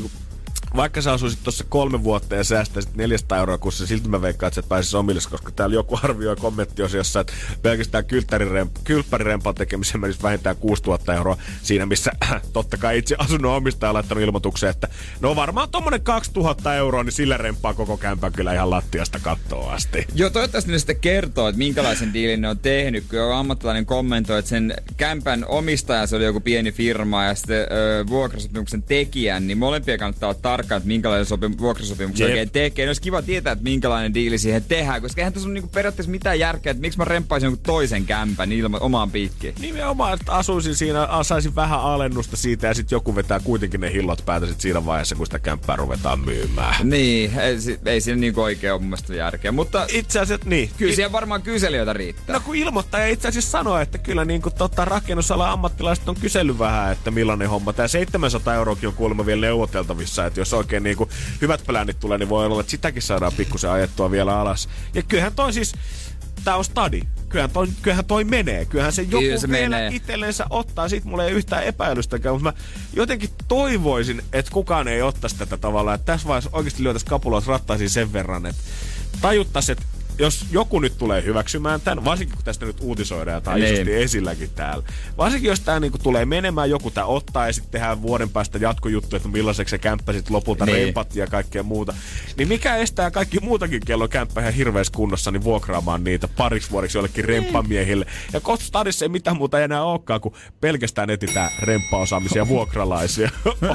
Speaker 4: vaikka sä asuisit tuossa 3 vuotta ja säästäisit 400 euroa kuussa, silti mä veikkaan, että sä et pääsisi omille, koska täällä joku arvioi kommenttiosiossa, että pelkästään kylppärirempan tekemiseen menisi vähintään 6000 euroa siinä, missä totta kai itse asunnon omistaja on laittanut ilmoitukseen, että no varmaan tommonen 2000 euroa, niin sillä remppaa koko kämpän kyllä ihan lattiasta kattoon asti.
Speaker 5: Joo, toivottavasti ne sitten kertoo, että minkälaisen diilin ne on tehnyt, kun joku ammattilainen kommentoi, että sen kämpän omistaja, se oli joku pieni firma ja sitten vuokrasopimuksen tekijän, niin molempia kannattaa olla tarkkaan, että minkälainen vuokrasopimuksen oikein tekee. Olisi kiva tietää, että minkälainen diili siihen tehdään, koska eihän tässä ole niinku periaatteessa mitään järkeä, että miksi mä remppaisin jonkun toisen kämpän ilman omaan piikkiin.
Speaker 4: Nimenomaan, että asuisin siinä, saisin vähän alennusta siitä ja sitten joku vetää kuitenkin ne hillot päätä sit siinä vaiheessa, kun sitä kämppää ruvetaan myymään.
Speaker 5: Niin, ei siinä niinku oikein ole mun mielestä järkeä, mutta
Speaker 4: itse asiassa niin.
Speaker 5: Kyllä siellä varmaan kyselijöitä riittää.
Speaker 4: No kun ilmoittaja itse asiassa sanoo, että kyllä niinku rakennusalan ammattilaiset on kysellyt vähän, että millainen homma. Tää 700 euroakin on kuulemma vielä neuvoteltavissa, että jos oikein niinku hyvät pläänit tulee, niin voi olla, että sitäkin saadaan pikkusen ajettua vielä alas. Ja kyllähän toi siis, tää on stadi. Kyllähän toi menee. Kyllähän se joku se vielä itsellensä ottaa. Siitä mulla ei yhtään epäilystäkään, mutta mä jotenkin toivoisin, että kukaan ei ottaisi tätä tavallaan. Että tässä vaiheessa oikeasti lyötäisiin kapuloissa rattaisiin sen verran, että tajuttaisiin, että jos joku nyt tulee hyväksymään tämän, varsinkin kun tästä nyt uutisoidaan ja tää on isosti esilläkin täällä. Varsinkin jos tää niinku tulee menemään, joku tää ottaa ja sitten tehdään vuoden päästä jatkojuttu, että millaiseksi se kämppä sit lopulta rempatti ja kaikkea muuta. Niin mikä estää kaikki muutakin kello kämppä ihan hirveässä kunnossa, niin vuokraamaan niitä pariksi vuodeksi jollekin remppamiehille. Ja kohta stadissa ei mitään muuta enää olekaan, kun pelkästään etsitään remppaosaamisia vuokralaisia.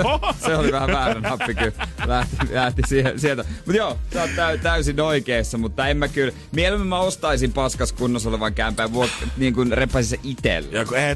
Speaker 5: Se oli vähän väärä nappi kyllä. Lähti sieltä. Mut joo, sä oot täysin oikeassa, mutta en mä kyllä. Mieluummin mä ostaisin paskas kunnossa olevan kämpään, niin kuin reppaisin se itelle.
Speaker 4: Ja kun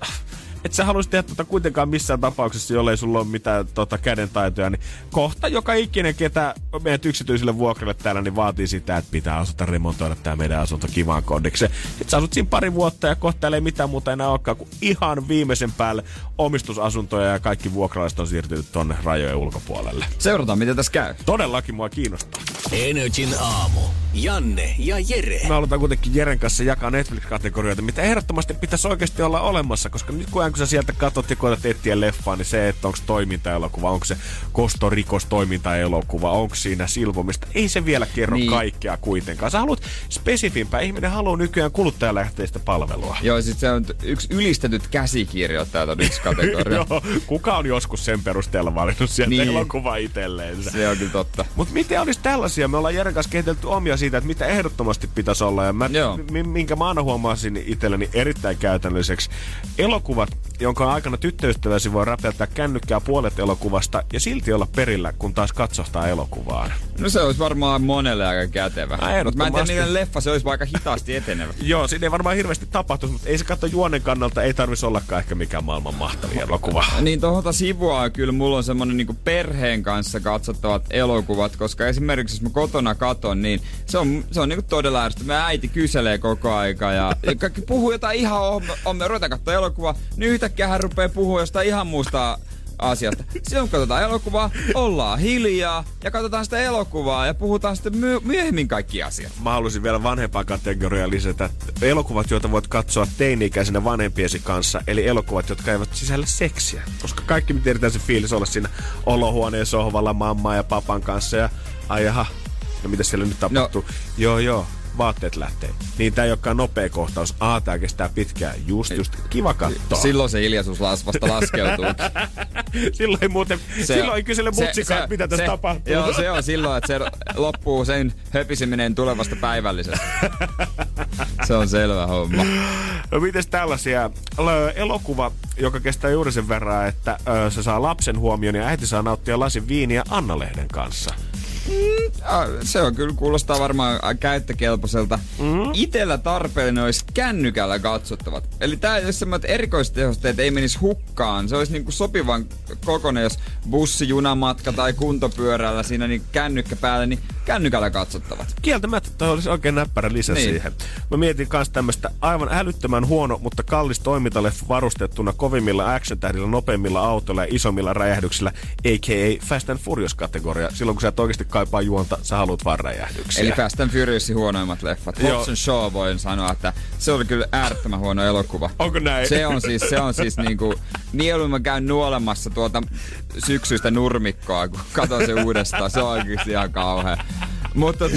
Speaker 4: et sä haluaisi tehdä kuitenkaan missään tapauksessa, jollei sulla ole mitään kädentaitoja, niin kohta joka ikinen, ketä meidät yksityisille vuokralle täällä, niin vaatii sitä, että pitää asuta remontoida tää meidän asunto kivaan kondikseen. Sitten sä asut siinä pari vuotta ja kohta ei mitään muuta enää olekaan, kun ihan viimeisen päälle omistusasuntoja ja kaikki vuokralaiset on siirtynyt tonne rajojen ulkopuolelle.
Speaker 5: Seurataan, miten tässä käy.
Speaker 4: Todellakin mua kiinnostaa.
Speaker 3: Energin aamu. Janne ja Jere.
Speaker 4: Me halutaan kuitenkin Jeren kanssa jakaa Netflix-kategorioita, mitä ehdottomasti pitäisi oikeasti olla olemassa, koska nyt kun sä sieltä katsot ja koetat etsiä leffaa, niin se, että onko toimintaelokuva, onko se kostorikos toimintaelokuva, onko siinä silpomista, ei se vielä kerro kaikkea kuitenkaan. Sä haluat spesifimpää, ihminen haluaa nykyään kuluttajalähteistä palvelua.
Speaker 5: Joo, sit se on yksi ylistetyt käsikirjoittajat on yksi kategoria.
Speaker 4: Joo, kuka on joskus sen perusteella valinnut sieltä elokuva itselleensä.
Speaker 5: Se on kyllä totta.
Speaker 4: Mutta miten olisi tällaisia? Me ollaan Jeren kanssa kehitelty omia siitä, että mitä ehdottomasti pitäisi olla. Ja minkä mä aina huomasin itselleni erittäin käytännölliseksi. Elokuvat, jonka aikana tyttöystäväsi voi räpeltää kännykkää puolet elokuvasta ja silti olla perillä, kun taas katsostaa elokuvaa.
Speaker 5: No se olisi varmaan monelle aika kätevä. Mutta mä en tiedä, niiden leffa se olisi aika hitaasti etenevä.
Speaker 4: Joo, siinä ei varmaan hirveästi tapahtuisi, mutta ei se katso juonen kannalta, ei tarvitsisi ollakaan ehkä mikään maailman mahtavia elokuva.
Speaker 5: Niin tohota sivua kyllä mulla on semmonen niinku perheen kanssa katsottavat elokuvat, koska esimerkiksi jos mä kotona katon, niin se on niinku todella ärsyttävää. Äiti kyselee koko aika ja kaikki puhuu jotain ihan me ruvetaan katsoa elokuvaa, niin yhtäkkiä hän rupeaa puhua jostain ihan muusta asiasta. Silloin katsotaan elokuvaa, ollaan hiljaa ja katsotaan sitä elokuvaa ja puhutaan sitten myöhemmin kaikki asiat.
Speaker 4: Mä haluaisin vielä vanhempaa kategoriaa lisätä. Elokuvat, joita voit katsoa teini-ikäisenä vanhempiesi kanssa, eli elokuvat, jotka eivät sisällä seksiä. Koska kaikki me tiedetään se fiilis olla siinä olohuoneen sohvalla mamma ja papan kanssa ja jaha, no mitä siellä nyt tapahtuu? No. Joo. Vaatteet lähtee. Niin tää ei olekaan nopea kohtaus. Tää kestää pitkään. Just. Kiva katsoa.
Speaker 5: Silloin se hiljaisuus vasta laskeutuu.
Speaker 4: Silloin ei muuten... silloin ei kysele mutsikaan, mitä tässä tapahtuu.
Speaker 5: Joo, se on silloin, että se loppuu sen höpiseminen tulevasta päivällisestä. Se on selvä homma.
Speaker 4: No mites tällaisia? Elokuva, joka kestää juuri sen verran, että se saa lapsen huomioon ja äiti saa nauttia lasin viiniä Anna-lehden kanssa.
Speaker 5: Se on kyllä, kuulostaa varmaan käyttökelpoiselta. Itellä tarpeellinen olisi kännykällä katsottavat. Eli tää jos semmoinen erikoistehosteet ei menisi hukkaan. Se olisi niinku sopivan kokoinen, jos bussi, junamatka tai kuntopyörällä siinä niin kännykkä päällä, niin kännykällä katsottavat.
Speaker 4: Kieltämättä toi olisi oikein näppärä lisä siihen. Mä mietin kans tämmöstä aivan älyttömän huono, mutta kallis toimintaleffa varustettuna kovimmilla action-tähdillä, nopeimmilla autoilla ja isommilla räjähdyksillä, a.k.a. Fast and Furious-kategoria. Silloin kun sä et oikeasti kaipaa juonta mutta sä haluat vaan räjähdyksiä.
Speaker 5: Eli Fast and Furiousin huonoimmat leffat. Hobbs and Shaw voin sanoa, että se oli kyllä äärettömän huono elokuva.
Speaker 4: Onko näin?
Speaker 5: Se on siis niinku, mieluummin mä käyn nuolemassa tuolta syksyistä nurmikkoa, kun katon se uudestaan. Se on oikeesti ihan kauhea. Mutta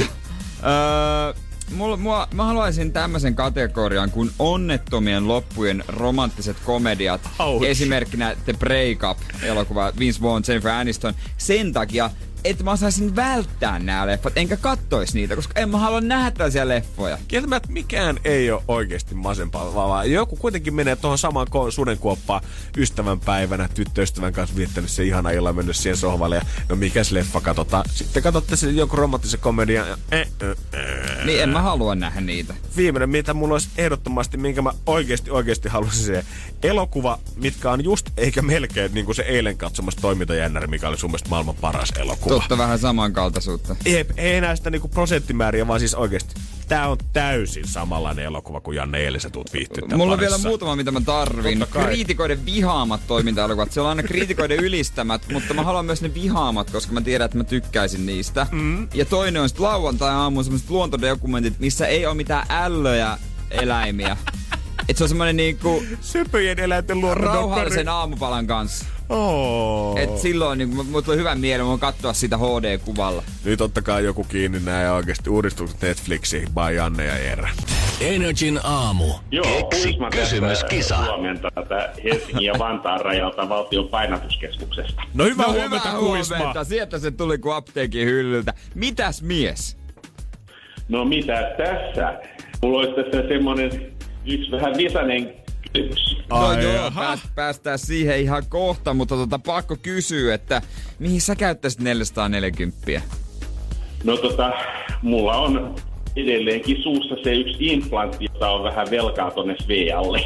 Speaker 5: mä haluaisin tämmöisen kategorian kuin onnettomien loppujen romanttiset komediat.
Speaker 4: Ouch.
Speaker 5: Esimerkkinä The Breakup-elokuva, Vince Vaughn, Jennifer Aniston. Sen takia, että mä osaisin välttää nämä leffat, enkä kattois niitä, koska en mä halua nähdä tällaisia leffoja.
Speaker 4: Kieltämättä mikään ei ole oikeasti masempaa, vaan joku kuitenkin menee tuohon samaan sudenkuoppaan ystävänpäivänä, tyttöystävän kanssa viettänyt se ihana illan, mennyt siihen sohvalle ja no mikäs leffa katsotaan. Sitten katsotte sen joku romanttisen komedian ja
Speaker 5: Niin en mä halua nähdä niitä.
Speaker 4: Viimeinen, mitä mulla olisi ehdottomasti, minkä mä oikeasti haluaisin se elokuva, mitkä on just eikä melkein niin kuin se eilen katsomassa Toimintajännäri, mikä oli sun mielestä maailman paras elokuva.
Speaker 5: Totta, vähän samankaltaisuutta.
Speaker 4: Ei enää sitä niinku prosenttimääriä, vaan siis oikeesti. Tää on täysin samanlainen elokuva kuin Janne eilen sä tuut viihtyä.
Speaker 5: Mulla on vielä muutama, mitä mä tarvin. Kriitikoiden vihaamat toimintaelokuvat. Siellä on aina kriitikoiden ylistämät, mutta mä haluan myös ne vihaamat, koska mä tiedän, että mä tykkäisin niistä. Ja toinen on sit lauantai-aamuun semmoset luontodokumentit, missä ei ole mitään ällöjä eläimiä. Et se on semmonen niinku
Speaker 4: söpöjen eläinten luontodokkari.
Speaker 5: Rauhallisen aamupalan kanssa.
Speaker 4: Oh.
Speaker 5: Et silloin niin mulla tuli hyvä mieli, mä voin katsoa sitä HD-kuvalla.
Speaker 4: Nyt ottakaa joku kiinni nää ja oikeesti uudistukset Netflixiin, by Janne ja Jere.
Speaker 3: Energin aamu. Keksi kysymyskisa.
Speaker 7: Huomenta tätä Helsingin ja Vantaan rajalta valtion painatuskeskuksesta.
Speaker 4: No hyvää huomenta, Kuisma.
Speaker 5: Sieltä se tuli kuin apteekin hyllyltä. Mitäs mies?
Speaker 7: No mitä tässä? Mulla olisi tässä semmonen yksi vähän visainen kysymys.
Speaker 5: No joo, päästään siihen ihan kohta, mutta pakko kysyä, että mihin sä käyttäisit 440?
Speaker 7: No mulla on edelleenkin suussa se yksi implantti, jota on vähän velkaa tonne Svealle.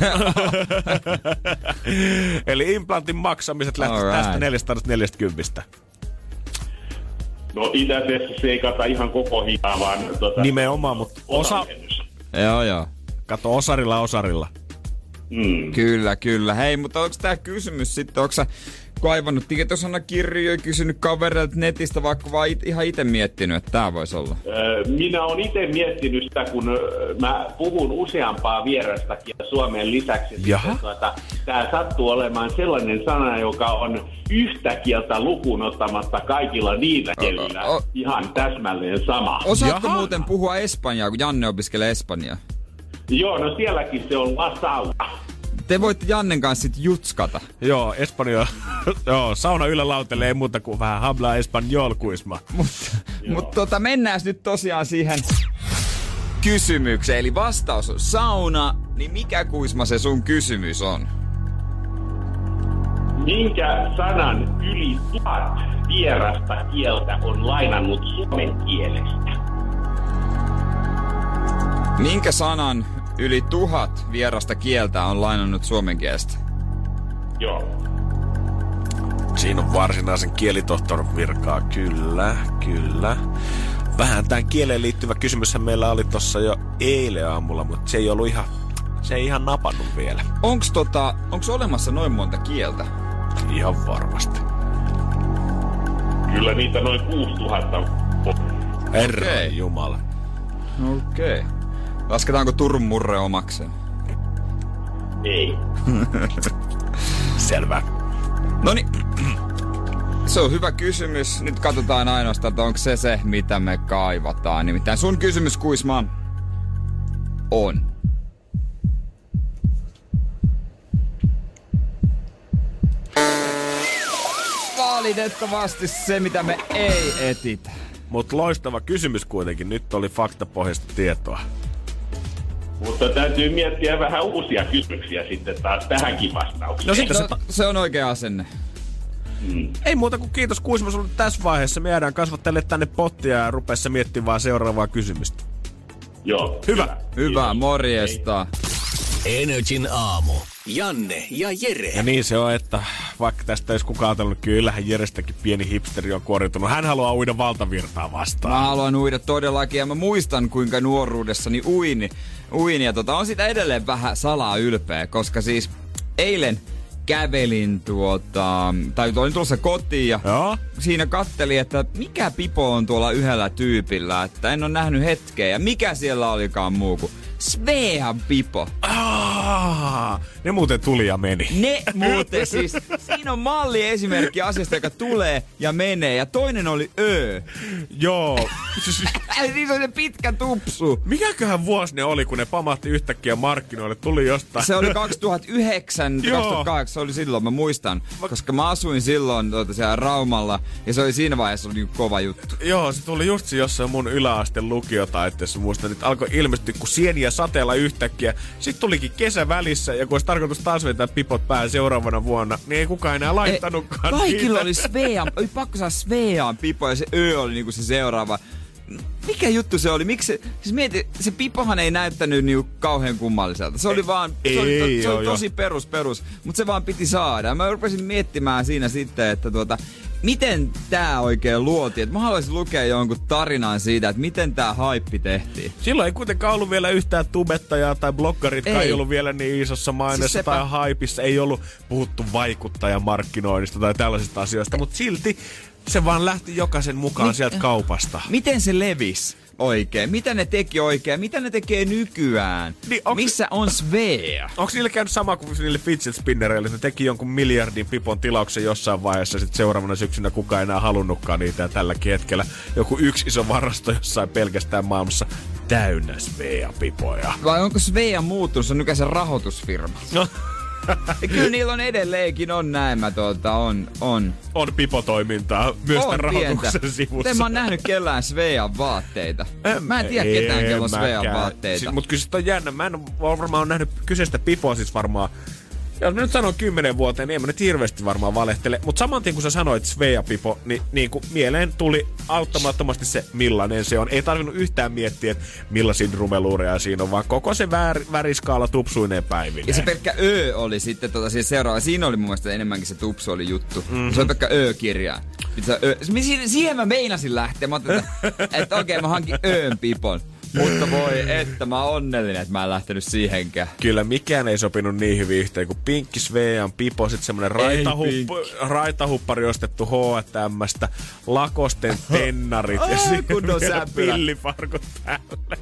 Speaker 4: Eli implantin maksamiset lähtis tästä 440.
Speaker 7: No itse asiassa se ei kata ihan koko hintaa, vaan
Speaker 4: nimenomaan, mutta
Speaker 5: Joo.
Speaker 4: Kato osarilla.
Speaker 5: Kyllä. Hei, mutta onko tää kysymys sitten, onko sä kaivannut tietosanakirjoja, kysynyt kavereilta netistä, vaikka vaan ihan itse miettinyt, että tää voisi olla?
Speaker 7: Minä olen itse miettinyt sitä, kun mä puhun useampaa vierastakin suomen lisäksi. Tää sattuu olemaan sellainen sana, joka on yhtä kieltä lukuun ottamatta kaikilla niillä kielillä ihan täsmälleen sama.
Speaker 5: Osaatko muuten puhua espanjaa, kun Janne opiskelee espanjaa?
Speaker 7: Joo, no sielläkin se on la sauna.
Speaker 5: Te voitte Jannen kanssa sit jutskata.
Speaker 4: Joo, Espanja. Joo, sauna ylälautelle ei muuta kuin vähän habla espanjol, Kuisma.
Speaker 5: Mutta mennään nyt tosiaan siihen kysymykseen. Eli vastaus on sauna, niin mikä, Kuisma, se sun kysymys on?
Speaker 7: Minkä sanan yli 1000 vierasta kieltä on lainannut suomen kielestä?
Speaker 5: Minkä sanan yli 1000 vierasta kieltä on lainannut suomen kielestä?
Speaker 7: Joo.
Speaker 4: Siinä on varsinaisen kielitohtorin virkaa, kyllä. Vähän tämän kieleen liittyvä kysymyshän meillä oli tossa jo eilen aamulla, mutta se ei ihan napannut vielä.
Speaker 5: Onks olemassa noin monta kieltä?
Speaker 4: Ihan varmasti.
Speaker 7: Kyllä niitä noin 6000 on.
Speaker 4: Herran jumala.
Speaker 5: Okei. Lasketaanko Turun murre omakseen?
Speaker 7: Ei.
Speaker 4: Selvä.
Speaker 5: Noniin. Se on hyvä kysymys. Nyt katsotaan ainoastaan, että onko se, mitä me kaivataan. Nimittäin sun kysymys, Kuisma, on. Valitettavasti se, mitä me ei etitä.
Speaker 4: Mut loistava kysymys kuitenkin. Nyt oli faktapohjaista tietoa.
Speaker 7: Mutta täytyy miettiä vähän uusia kysymyksiä sitten taas tähänkin vastaukseen.
Speaker 5: No se on oikea asenne.
Speaker 4: Ei muuta kuin kiitos, Kuisma, sulle tässä vaiheessa. Me jäädään kasvattele tänne pottia ja rupeessa miettimään seuraavaa kysymystä.
Speaker 7: Joo.
Speaker 5: Hyvä, morjesta.
Speaker 3: Energin aamu. Janne ja Jere.
Speaker 4: Ja niin se on, että vaikka tästä ei kukaan ajatellut, kyllähän Jerestäkin pieni hipsteri on kuoriutunut. Hän haluaa uida valtavirtaa vastaan.
Speaker 5: Mä haluan uida todellakin ja mä muistan, kuinka nuoruudessani uin ja on sitä edelleen vähän salaa ylpeä, koska siis eilen kävelin tai olin tulossa kotiin ja siinä kattelin, että mikä pipo on tuolla yhdellä tyypillä, että en ole nähnyt hetkeä ja mikä siellä olikaan muu kuin Svean pipo.
Speaker 4: Ne muuten tuli ja meni.
Speaker 5: Ne muuten siis. Siinä on malliesimerkki asiasta, joka tulee ja menee. Ja toinen oli
Speaker 4: Joo.
Speaker 5: Siis on se pitkä tupsu.
Speaker 4: Mikäköhän vuosi ne oli, kun ne pamahti yhtäkkiä markkinoille? Tuli jostain.
Speaker 5: Se oli 2009, 2008, se oli silloin, mä muistan. Koska mä asuin silloin siellä Raumalla ja se oli siinä vaiheessa oli kova juttu.
Speaker 4: Joo, se tuli just jossain mun yläasteen lukiotaiteessa. Muistan, että alkoi ilmestyä kun sieniä sateella yhtäkkiä. Sitten tulikin kesä välissä ja kun olisi tarkoitus taas vetää pipot päähän seuraavana vuonna, niin ei kukaan enää laittanutkaan.
Speaker 5: Kaikilla oli Svean, oli pakko saada Svean pipo ja se oli niinku se seuraava. Mikä juttu se oli? Miksi siis mieti, se pipohan ei näyttänyt niinku kauhean kummalliselta. Se oli vaan, se oli tosi perus, mutta se vaan piti saada. Mä rupesin miettimään siinä sitten, että miten tää oikein luotiin. Et mä haluaisin lukea jonkun tarinan siitä, että miten tää haippi tehtiin.
Speaker 4: Silloin ei kuitenkaan ollut vielä yhtään tubettajaa tai bloggaritkaan ei ollut vielä niin isossa mainessa siis tai haipissa. Ei ollut puhuttu vaikuttajamarkkinoinnista tai tällaisista asioista, mutta silti se vaan lähti jokaisen mukaan sieltä kaupasta.
Speaker 5: Miten se levisi oikein? Mitä ne teki oikein? Mitä ne tekee nykyään? Niin missä on Svea?
Speaker 4: Onko niille käynyt sama kuin niille fidget spinnereille? Ne teki jonkun miljardin pipon tilauksen jossain vaiheessa. Sitten seuraavana syksynä kukaan enää halunnutkaan niitä. Ja tälläkin hetkellä joku yksi iso varasto jossain pelkästään maailmassa täynnä Svea-pipoja.
Speaker 5: Vai onko Svea muuttunut? Se on nykäisen rahoitusfirma. No. Ja kyllä niillä on edelleenkin näin on
Speaker 4: pipotoimintaa myös tämän rahoituksen sivussa.
Speaker 5: En mä oon nähnyt kellään Svean vaatteita. Mä en tiedä ketään, kello on Svean vaatteita.
Speaker 4: Mutta kyllä sit on jännä. Mä en varmaan ole nähnyt kyseistä pipoa siis varmaan. Jos mä nyt sanon 10 vuoteen, niin en mä nyt hirveästi varmaan valehtele. Mutta saman tien kun sä sanoit Svea-pipo, niin kuin mieleen tuli auttamattomasti se, millainen se on. Ei tarvinnut yhtään miettiä, että millaisia rumeluureja siinä on, vaan koko se väriskaala tupsuineen päivineen.
Speaker 5: Ja se pelkkä oli sitten siis seuraava. Siinä oli mun mielestä enemmänkin se tupsu oli juttu. Se oli pelkkä kirjaa. Siihen mä meinasin lähteä. Mä ajattelin, että okei, mä hankin pipon. Mutta voi, että mä oon onnellinen, että mä en lähtenyt siihenkään.
Speaker 4: Kyllä mikään ei sopinut niin hyvin yhteen kuin Pinkki Svean pipo, sit semmonen raitahuppari ostettu H&M:stä, Lakosten tennarit ja sitten vielä pillifarkut päälle.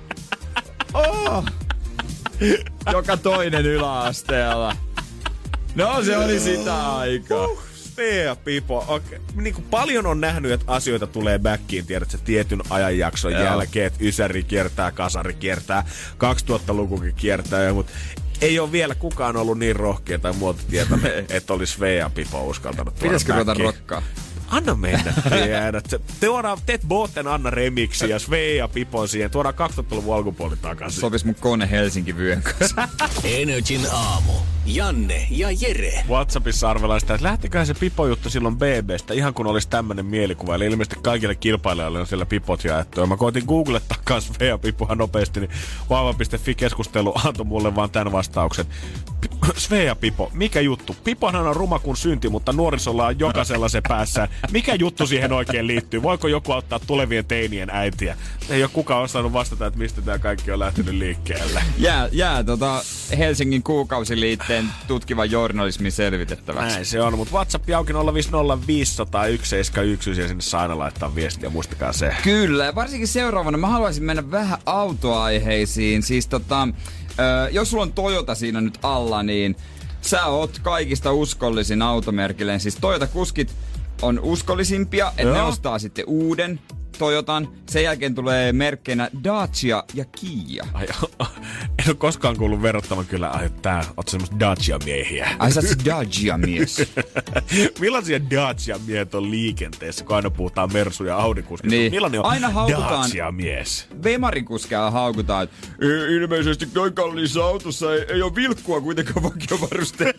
Speaker 5: Joka toinen yläasteella. No se oli sitä aikaa.
Speaker 4: Svea-pipo. Okay. Niin kuin paljon on nähnyt, että asioita tulee backiin, tiedätkö, tietyn ajanjakson jälkeen, että Ysäri kiertää, Kasari kiertää, 2000-lukukin kiertää, mutta ei ole vielä kukaan ollut niin rohkea tai muotitietoinen, että olisi Svea-pipo uskaltanut tuoda
Speaker 5: pitäisikö ruveta rokkaa?
Speaker 4: Anna mennä. Teet Boten Anna remixi ja Svea-pipon siihen. Tuodaan 2000-luvun alkupuoli takaisin.
Speaker 5: Sopis mun kone Helsinki vyön kanssa.
Speaker 3: Energin aamu. Janne ja Jere.
Speaker 4: WhatsAppissa arvellaan sitä, että lähtiköhän se pipojuttu silloin BBstä, ihan kun olisi tämmönen mielikuva. Eli ilmeisesti kaikille kilpailijoille on siellä pipot jaettu. Ja mä koitin googlettaa kanssa Svea-pipoa nopeasti, niin vauva.fi-keskustelu antoi mulle vaan tämän vastauksen. Svea-pipo, mikä juttu? Piponhan on ruma kuin synti, mutta nuorisolla on jokaisella se päässään. Mikä juttu siihen oikein liittyy? Voiko joku auttaa tulevien teinien äitiä? Ei ole kukaan osannut vastata, että mistä tämä kaikki on lähtenyt liikkeelle.
Speaker 5: Jää Helsingin kuukausiliitteen tutkivan journalismin selvitettäväksi.
Speaker 4: Näin se on, mutta WhatsApp auki 050501711 ja sinne saa aina laittaa viestiä, muistakaa se.
Speaker 5: Kyllä, ja varsinkin seuraavana mä haluaisin mennä vähän autoaiheisiin. Siis jos sulla on Toyota siinä nyt alla, niin sä oot kaikista uskollisin automerkilleen. Siis Toyota-kuskit on uskollisimpia, että ne ostaa sitten uuden Toyotan. Sen jälkeen tulee merkkeinä Dacia ja Kia.
Speaker 4: En ole koskaan kuullut verrattavan kyllä, oot semmoista Dacia-miehiä.
Speaker 5: Ai sä oot Dacia-mies.
Speaker 4: Millaisia Dacia-miehet on liikenteessä, kun aina puhutaan Mersu- ja Audi-kuskista?
Speaker 5: Niin.
Speaker 4: Millainen on
Speaker 5: aina haukutaan
Speaker 4: Dacia-mies?
Speaker 5: Vemarin-kuskeja haukutaan, että ilmeisesti noin kalliissa autossa ei ole vilkkua kuitenkaan vakiovarusteena.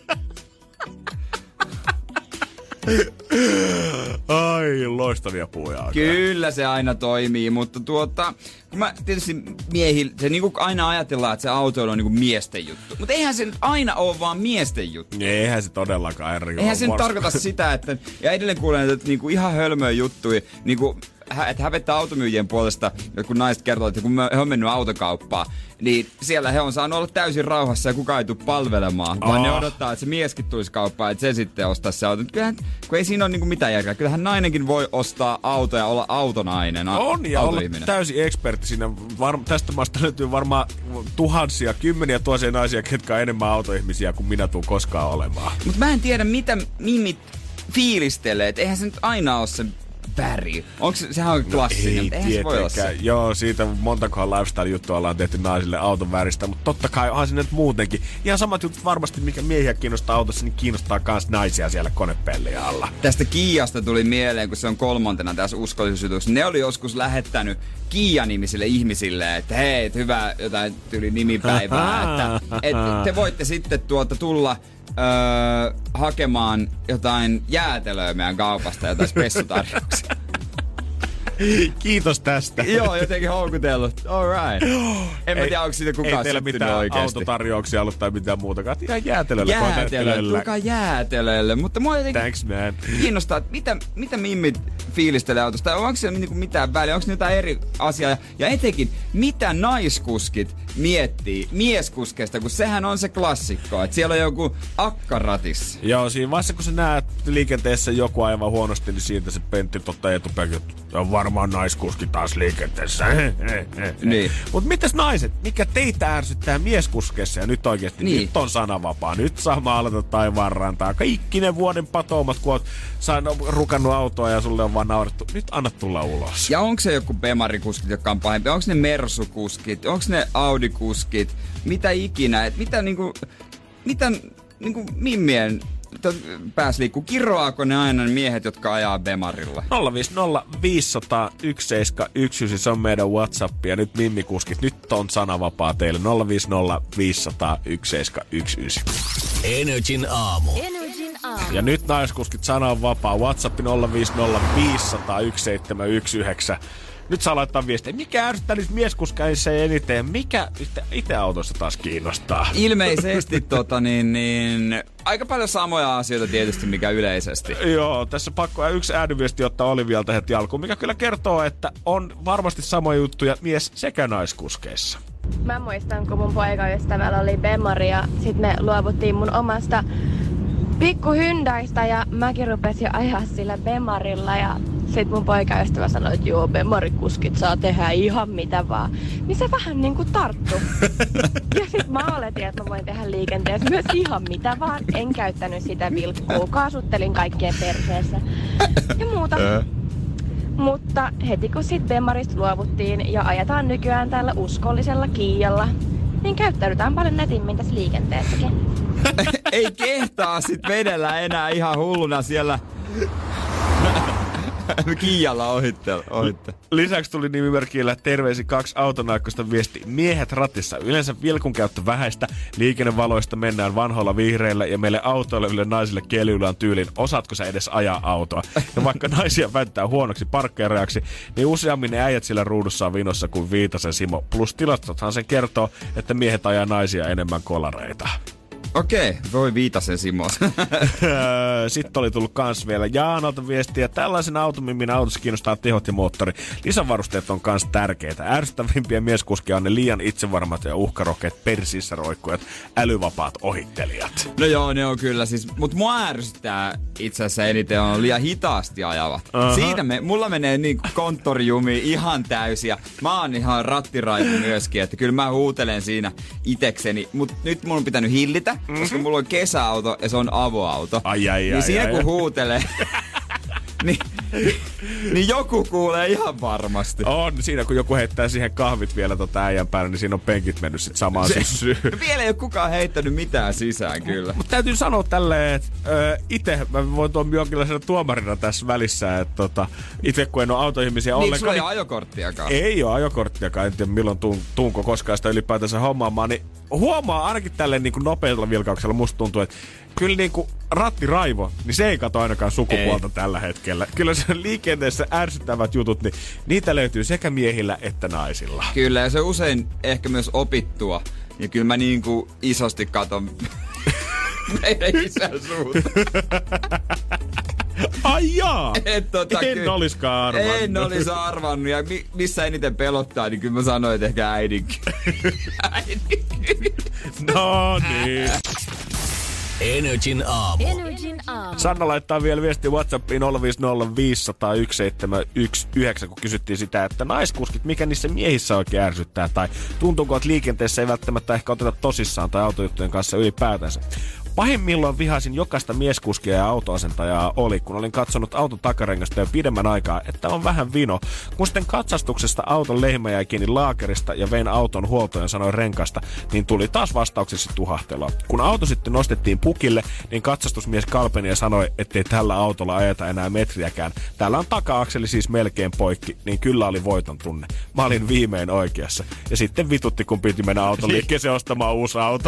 Speaker 4: Ai, loistavia puhuja.
Speaker 5: Kyllä se aina toimii, mutta kun mä tietysti miehillä, se niinku aina ajatellaan, että se autoilu on niinku miesten juttu. Mutta eihän se nyt aina ole vaan miesten juttu.
Speaker 4: Eihän se todellakaan, Henri.
Speaker 5: Eihän se nyt tarkoita sitä, että, ja edelleen kuulen, että niinku ihan hölmöä juttuja, niinku että hävettää automyyjien puolesta, kun naiset kertoo, että kun he on mennyt autokauppaan, niin siellä he on saanut olla täysin rauhassa ja kukaan ei tule palvelemaan. Vaan ne odottaa, että se mieskin tulisi kauppaan, että se sitten ostaisi se auto. Kyllähän, kun ei siinä ole niinku mitään järkeä. Kyllähän nainenkin voi ostaa auto ja olla autonainen.
Speaker 4: On ja olla täysin ekspertti siinä. Tästä maasta löytyy varmaan tuhansia, kymmeniä tuhansia naisia, ketkä on enemmän autoihmisiä kuin minä tuun koskaan olemaan.
Speaker 5: Mutta mä en tiedä, mitä mimmit fiilistelee. Et eihän se nyt aina ole se väri. Sehän on klassinen,
Speaker 4: no,
Speaker 5: eihän se voi olla se.
Speaker 4: Joo, siitä montakohan lifestyle-juttua ollaan tehty naisille auton väristä, mutta totta kai onhan se nyt muutenkin. Ihan samat jutut varmasti, mikä miehiä kiinnostaa autossa, niin kiinnostaa myös naisia siellä konepellin alla.
Speaker 5: Tästä Kiasta tuli mieleen, kun se on 3. tässä uskollisuutuksessa. Ne oli joskus lähettänyt Kia-nimisille ihmisille, että hei, hyvää jotain tyyli nimipäivää, että te voitte sitten tulla hakemaan jotain jäätelöä meidän kaupasta, jotain spessutarjouksia.
Speaker 4: Kiitos tästä.
Speaker 5: Joo, jotenkin houkutellut. All right. En mä tiedä, onko siitä kukaan syttynyt oikeesti. Ei teillä mitään
Speaker 4: autotarjouksia ollut tai mitään muutakaan. Ihan jäätelölle.
Speaker 5: Tulkaa jäätelölle. Mutta mua jotenkin
Speaker 4: thanks, man.
Speaker 5: Kiinnostaa, että mitä mimmit fiilistelee autosta. Onko siellä niinku mitään väliä? Onko jotain eri asiaa? Ja etenkin, mitä naiskuskit miettii mieskuskeista, kun sehän on se klassikko. Että siellä on joku akkaratissa.
Speaker 4: Joo, siinä vaiheessa kun sä näet liikenteessä joku aivan huonosti, niin siitä se pentti totta etupäin, on varmaan naiskuski taas liikenteessä.
Speaker 5: Niin.
Speaker 4: Mut mitäs naiset? Mikä teitä ärsyttää mieskuskeissa? Ja nyt oikeesti, nyt on sananvapaa. Nyt saa maalata taivaanrantaa. Kaikki ne vuoden patoumat, kun oot rukannut autoa ja sulle on vaan naurettu. Nyt anna tulla ulos.
Speaker 5: Ja onko se joku Bemari-kuskit, jotka on pahempi? Onko ne Mersu-kuskit? Onko ne Audi-kuskit? Mitä ikinä? Mitä mimmien pääs liikkuu. Kiroaako ne aina miehet, jotka ajaa Bemarilla?
Speaker 4: 050 500 1719, se on meidän WhatsApp. Ja nyt mimmikuskit, nyt on sanavapaa teille. 050 500 1719.
Speaker 3: Energin aamu.
Speaker 4: Ja nyt naiskuskit, sana on vapaa. WhatsApp 050 500 1719. Nyt saa laittaa viestiä. Mikä ärsyttää niistä mieskuskäissä eniten? Mikä itse autossa taas kiinnostaa?
Speaker 5: Ilmeisesti aika paljon samoja asioita tietysti, mikä yleisesti.
Speaker 4: Joo, tässä pakko yksi ääniviesti ottaa Olivialta heti alkuun, mikä kyllä kertoo, että on varmasti samoja juttuja mies- sekä naiskuskeissa.
Speaker 8: Mä muistan, kun mun poikaystävällä oli Bemari ja sit me luovuttiin mun omasta pikku Hyundaista ja mäkin rupesin ajaa sillä Bemarilla ja sit mun poikaystävä sanoi, että joo, Bemari-kuskit saa tehdä ihan mitä vaan. Niin se vähän niinku tarttu. Ja sit mä oletin, että mä voin tehdä liikenteessä myös ihan mitä vaan. En käyttänyt sitä vilkkuu. Kaasuttelin kaikkien perseessä ja muuta. Mutta heti kun sit Bemarista luovuttiin ja ajetaan nykyään tällä uskollisella Kialla, niin käyttäydytään paljon nätimmin tässä liikenteessäkin.
Speaker 5: Ei kehtaa sit vedellä enää ihan hulluna siellä Kialla ohitte.
Speaker 4: Lisäksi tuli nimimerkillä terveisi 2 autonaikkoista viesti. Miehet ratissa. Yleensä vilkun käyttö vähäistä. Liikennevaloista mennään vanhoilla vihreillä ja meille autoille naisille keljuillaan tyylin. Osaatko sä edes ajaa autoa? Ja vaikka naisia väittää huonoksi parkkeerajaksi, niin useammin ne äijät sillä ruudussa on vinossa kuin Viitasen Simo. Plus tilastothan sen kertoo, että miehet ajaa naisia enemmän kolareita.
Speaker 5: Okei, voi Viitasen Simo.
Speaker 4: Sitten oli tullut kans vielä Jaanalta viestiä. Tällaisen automimmin autossa kiinnostaa tehot ja moottori. Lisävarusteet on kans tärkeitä. Ärsyttävimpiä mieskuskia on ne liian itsevarmat ja uhkarohkeat persiissä roikkujat, älyvapaat ohittelijat.
Speaker 5: No joo, ne on kyllä siis. Mut mua ärsyttää itse asiassa eniten on liian hitaasti ajavat. Siitä mulla menee niin konttorijumi ihan täysiä. Mä oon ihan rattiraivu myöskin, että kyllä mä huutelen siinä itekseni. Mut nyt mun on pitänyt hillitä. Koska mulla on kesäauto ja se on avoauto. Niin siinä kun huutelee, niin joku kuulee ihan varmasti.
Speaker 4: On, siinä kun joku heittää siihen kahvit vielä äijän päälle, niin siinä on penkit mennyt sit samaan syssyyn.
Speaker 5: Vielä ei ole kukaan heittänyt mitään sisään kyllä.
Speaker 4: Mutta täytyy sanoa tälleen, että itse mä voin tuon jonkinlaisena tuomarina tässä välissä, että itse kun en ole autoihmisiä ollenkaan.
Speaker 5: Niin, sulla ei ole ajokorttiakaan.
Speaker 4: Ei ole ajokorttiakaan, en tiedä milloin tuunko koskaan sitä ylipäätänsä hommaamaan, niin huomaa ainakin tälleen niin kuin nopealla vilkauksella musta tuntuu, että kyllä niinku rattiraivo, niin se ei kato ainakaan sukupuolta tällä hetkellä. Kyllä se liikenteessä ärsyttävät jutut, niin niitä löytyy sekä miehillä että naisilla.
Speaker 5: Kyllä, ja se usein ehkä myös opittua. Ja kyllä mä niinku isosti katon meidän isän suuntaan.
Speaker 4: Ai Ai jaa!
Speaker 5: En
Speaker 4: oliskaan arvannut.
Speaker 5: En olisi arvannut. Ja missä eniten pelottaa, niin kyllä mä sanoin, että ehkä äidinkin.
Speaker 4: No niin.
Speaker 3: Energin aamu.
Speaker 4: Sanna laittaa vielä viesti WhatsAppiin 050501719, kun kysyttiin sitä, että naiskuskit, mikä niissä miehissä oikein ärsyttää, tai tuntuuko, että liikenteessä ei välttämättä ehkä oteta tosissaan tai autojuttujen kanssa ylipäätänsä. Pahimmillaan vihasin jokaista mieskuskia ja autoasentajaa oli, kun olin katsonut auton takarengasta jo pidemmän aikaa, että on vähän vino. Kun sitten katsastuksesta auton lehmä jäi kiinni laakerista ja vein auton huoltoon ja sanoin renkasta, niin tuli taas vastauksessa tuhahtelua. Kun auto sitten nostettiin pukille, niin katsastusmies kalpeni ja sanoi, ettei tällä autolla ajeta enää metriäkään. Täällä on taka-akseli siis melkein poikki, niin kyllä oli voiton tunne. Mä olin viimein oikeassa. Ja sitten vitutti, kun piti mennä auton liikkeeseen ostamaan uusi auto.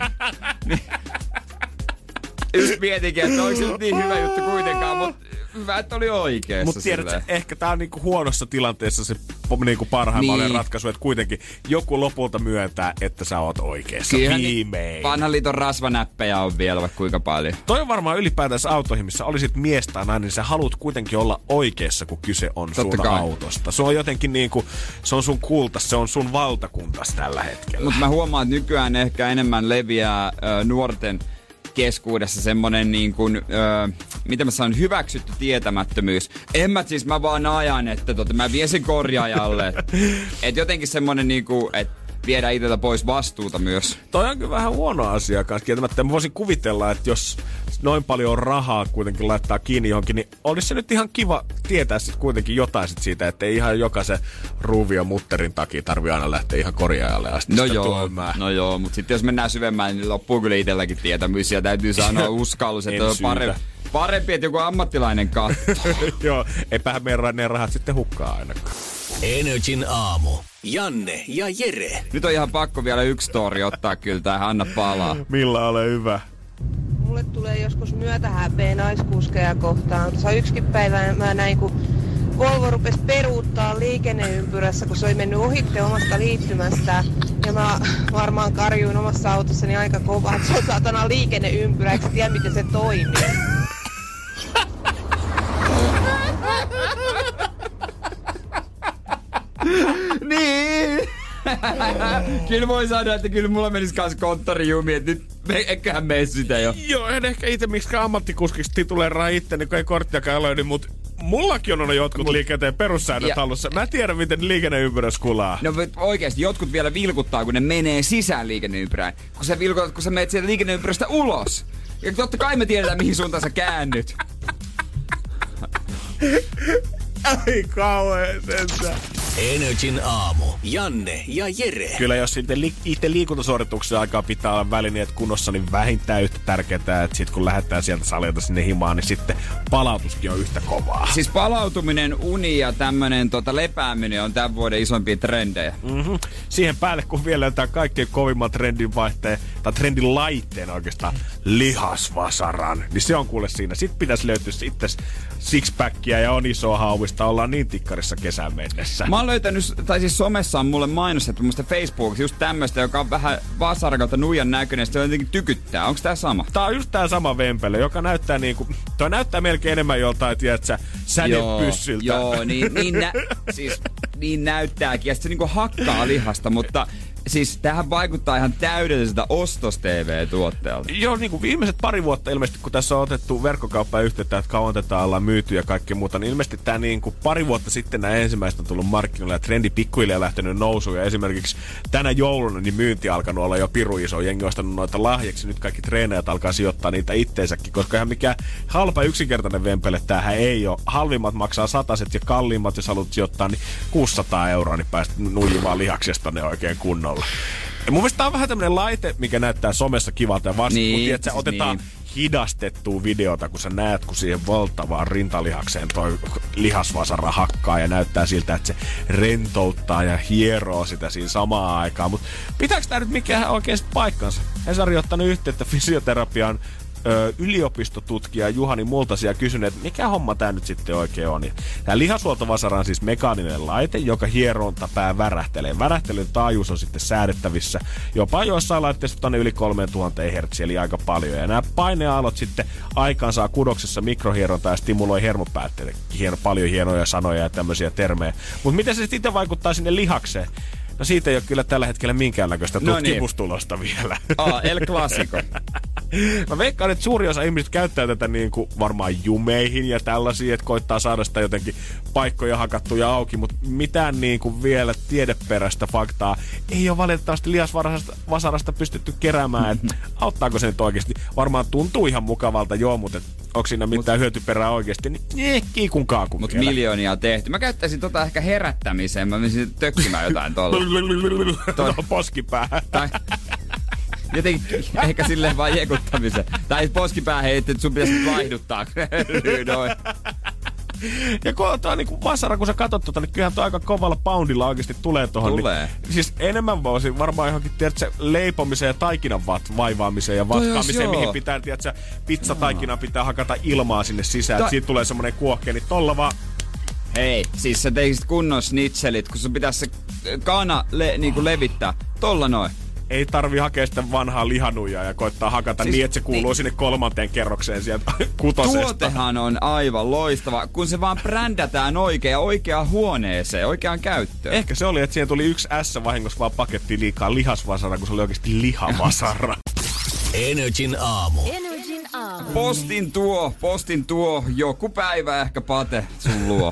Speaker 5: Just mietinkin, että onko se nyt niin hyvä juttu kuitenkaan, mutta hyvä, että oli oikeassa.
Speaker 4: Mutta tiedätkö, ehkä tää on niinku huonossa tilanteessa se niinku parhaimmainen ratkaisu, että kuitenkin joku lopulta myöntää, että sä oot oikeassa. Viimein.
Speaker 5: Vanhan liiton rasvanäppejä on vielä vaikka kuinka paljon.
Speaker 4: Toi on varmaan ylipäätänsä autoihin, missä olisit mies tai nainen, niin sä haluat kuitenkin olla oikeassa, kun kyse on sun autosta. Se on jotenkin niinku, se on sun kultas, se on sun valtakuntas tällä hetkellä.
Speaker 5: Mutta mä huomaan, että nykyään ehkä enemmän leviää nuorten keskuudessa semmonen niin kuin, miten mä sanon, hyväksytty tietämättömyys. Mä vaan ajan, että mä vien sen korjaajalle. Et jotenkin semmonen niinku, että viedään itseltä pois vastuuta myös.
Speaker 4: Toi on kyllä vähän huono asia kanssa. Kieltämättä mä voisin kuvitella, että jos noin paljon rahaa kuitenkin laittaa kiinni johonkin, niin olisi se nyt ihan kiva tietää sit kuitenkin jotain sit siitä, että ei ihan jokaisen ruuvi ja mutterin takia tarvii aina lähteä ihan korjaajalle asti
Speaker 5: No joo, mutta sitten jos mennään syvemmään, niin loppuu kyllä itselläkin tietämys ja täytyy sanoa uskallus, että on parempi, että joku ammattilainen katsoo.
Speaker 4: Joo, eipähän ne rahat sitten hukkaa ainakaan.
Speaker 3: Energin aamu. Janne ja Jere.
Speaker 5: Nyt on ihan pakko vielä yksi story ottaa kyllä tähän, anna palaa.
Speaker 4: Milla, ole hyvä.
Speaker 6: Mulle tulee joskus myötähäpeä naiskuskeja kohtaan. Tuossa yksikin päivä mä näin, kun Volvo rupesi peruuttaa liikenneympyrässä, kun se oli mennyt ohitte omasta liittymästä. Ja mä varmaan karjuin omassa autossani aika kovaa, että se on saatana liikenneympyrä, eikö tiedä miten se toimii.
Speaker 5: Niin. Kyllä voi sanoa, että kyllä mulla menisi kans konttorijumi, että nyt eiköhän mene sitä jo.
Speaker 4: Joo, en ehkä itse miksikään ammattikuskiksi tituleeraa itteni, kun ei korttiakaan löydy, mutta mullakin on jotkut liikenteen perussäännöt hallussa. Mä tiedän, miten liikenneympyrä kulaa.
Speaker 5: No oikeesti, jotkut vielä vilkuttaa, kun ne menee sisään liikenneympyrään. Kun sä menet sieltä liikenneympyrästä ulos. Ja totta kai me tiedetään, mihin suuntaan sä käännyt.
Speaker 4: Ai kauhean sentään.
Speaker 3: Energin aamu. Janne ja Jere.
Speaker 4: Kyllä jos sitten itse liikuntasuorituksen aikaa pitää olla välineet kunnossa, niin vähintään yhtä tärkeää, että sit kun lähdetään sieltä salilta sinne himaan, niin sitten palautuskin on yhtä kovaa.
Speaker 5: Siis palautuminen, uni ja tämmönen lepääminen on tämän vuoden isompia trendejä.
Speaker 4: Mm-hmm. Siihen päälle kun vielä löytää kaikkein kovimman trendinvaihteen, tai trendin laitteen oikeastaan, lihasvasaran, niin se on kuule siinä. Sitten pitäisi löytyä sitten sixpackia ja on isoa hauvista, ollaan niin tikkarissa kesän mennessä.
Speaker 5: Mä oon löytänyt, tai siis somessa on mulle mainostettu musta Facebookissa just tämmöstä, joka on vähän vasarakalta nuijan näköinen, se jotenkin tykyttää. Onks tää sama?
Speaker 4: Tää on just tää sama vempele, joka näyttää niinku, toi näyttää melkein enemmän joltain, tiedätkö, sädepyssyltä.
Speaker 5: Joo, niin näyttääkin, ja sit se niinku hakkaa lihasta, mutta siis tähän vaikuttaa ihan täydelliseltä ostos-TV-tuotteelta.
Speaker 4: Joo, niin kuin viimeiset pari vuotta ilmeisesti, kun tässä on otettu verkkokauppaan yhteyttä, että kauan tätä ollaan myyty ja kaikkea muuta, niin ilmeisesti tämä niin kuin pari vuotta sitten nämä ensimmäiset on tullut markkinoille ja trendi pikkuhiljaa lähtenyt nousuun. Ja esimerkiksi tänä jouluna niin myynti alkanut olla jo piru iso. Jengi on ostanut noita lahjaksi. Nyt kaikki treenajat alkaa sijoittaa niitä itteensäkin, koska ihan mikään halpa yksinkertainen vempele tämähän ei ole. Halvimmat maksaa 100 ja kalliimmat, jos haluat sijoittaa, niin 600 €, niin pääset nuijimaan lihaksesta ne oikein kunnolla. Ja mun mielestä tää on vähän tämmönen laite, mikä näyttää somessa kivalta ja vasta, kun tiedät, otetaan hidastettua videota, kun sä näet, kun siihen valtavaan rintalihakseen toi lihasvasara hakkaa ja näyttää siltä, että se rentouttaa ja hieroo sitä siinä samaan aikaan. Mutta pitääkö tää nyt mikään oikeesti paikkansa? Hesari on ottanut yhteyttä fysioterapiaan yliopistotutkija Juhani Multasia kysynyt, että mikä homma tää nyt sitten oikein on. Tää lihashuoltovasara on siis mekaaninen laite, joka hierontapää värähtelee. Värähtelyn taajuus on sitten säädettävissä jopa joissain laitteissa tonne yli 3000 Hz, eli aika paljon. Ja nämä paineaallot sitten aikaan saa kudoksessa mikrohierontaa ja stimuloi hermopäätteitä. Paljon hienoja sanoja ja tämmöisiä termejä. Mutta miten se sitten vaikuttaa sinne lihakseen? No siitä ei ole kyllä tällä hetkellä minkäänlaista tutkimustulosta vielä.
Speaker 5: El Clasico.
Speaker 4: Mä veikkaan, että suuri osa ihmisistä käyttää tätä niin kuin varmaan jumeihin ja tällaisia, että koittaa saada sitä jotenkin paikkoja hakattuja auki, mutta mitään niin kuin vielä tiedeperäistä faktaa ei ole valitettavasti lihasvasarasta pystytty keräämään. Että auttaako se nyt oikeasti? Varmaan tuntuu ihan mukavalta, joo, mutta onko siinä mitään hyötyperää oikeasti? Niin kiikun kaakun.
Speaker 5: Mutta miljoonia on tehty. Mä käyttäisin ehkä herättämiseen. Mä menisin tökkimään jotain tuolla.
Speaker 4: Poskipäähän.
Speaker 5: Jotenkin ehkä silleen vaan jekuttamisen. Tai poskipäähän, että sun pitäisi vaihduttaa.
Speaker 4: Ja kun on niinku vasara, kun sä katot tota, niin kyllähän toi aika kovalla poundilla oikeesti tulee tohon.
Speaker 5: Tulee.
Speaker 4: Niin, siis enemmän voisi varmaan johonkin, tiedätkö, leipomiseen ja taikinan vaivaamiseen ja vatkaamiseen, mihin pitää, tiedätkö, pizzataikina pitää hakata ilmaa sinne sisään, että siitä tulee semmonen kuohke, niin tolla vaan.
Speaker 5: Hei, siis sä teisit kunnon snitselit, kun sun pitäisi se kana niinku levittää. Tolla noin.
Speaker 4: Ei tarvi hakea sitä vanhaa lihanuijaa ja koittaa hakata siis, niin, että se kuuluu sinne 3. kerrokseen sieltä kutosesta.
Speaker 5: Tuotehan on aivan loistava, kun se vaan brändätään oikeaan huoneeseen, oikeaan käyttöön.
Speaker 4: Ehkä se oli, että siihen tuli yksi S vahingossa vaan pakettiin liikaa lihasvasara, kun se oli oikeasti lihavasara.
Speaker 3: Energin aamu.
Speaker 5: Postin tuo, joku päivä ehkä Pate sun luo.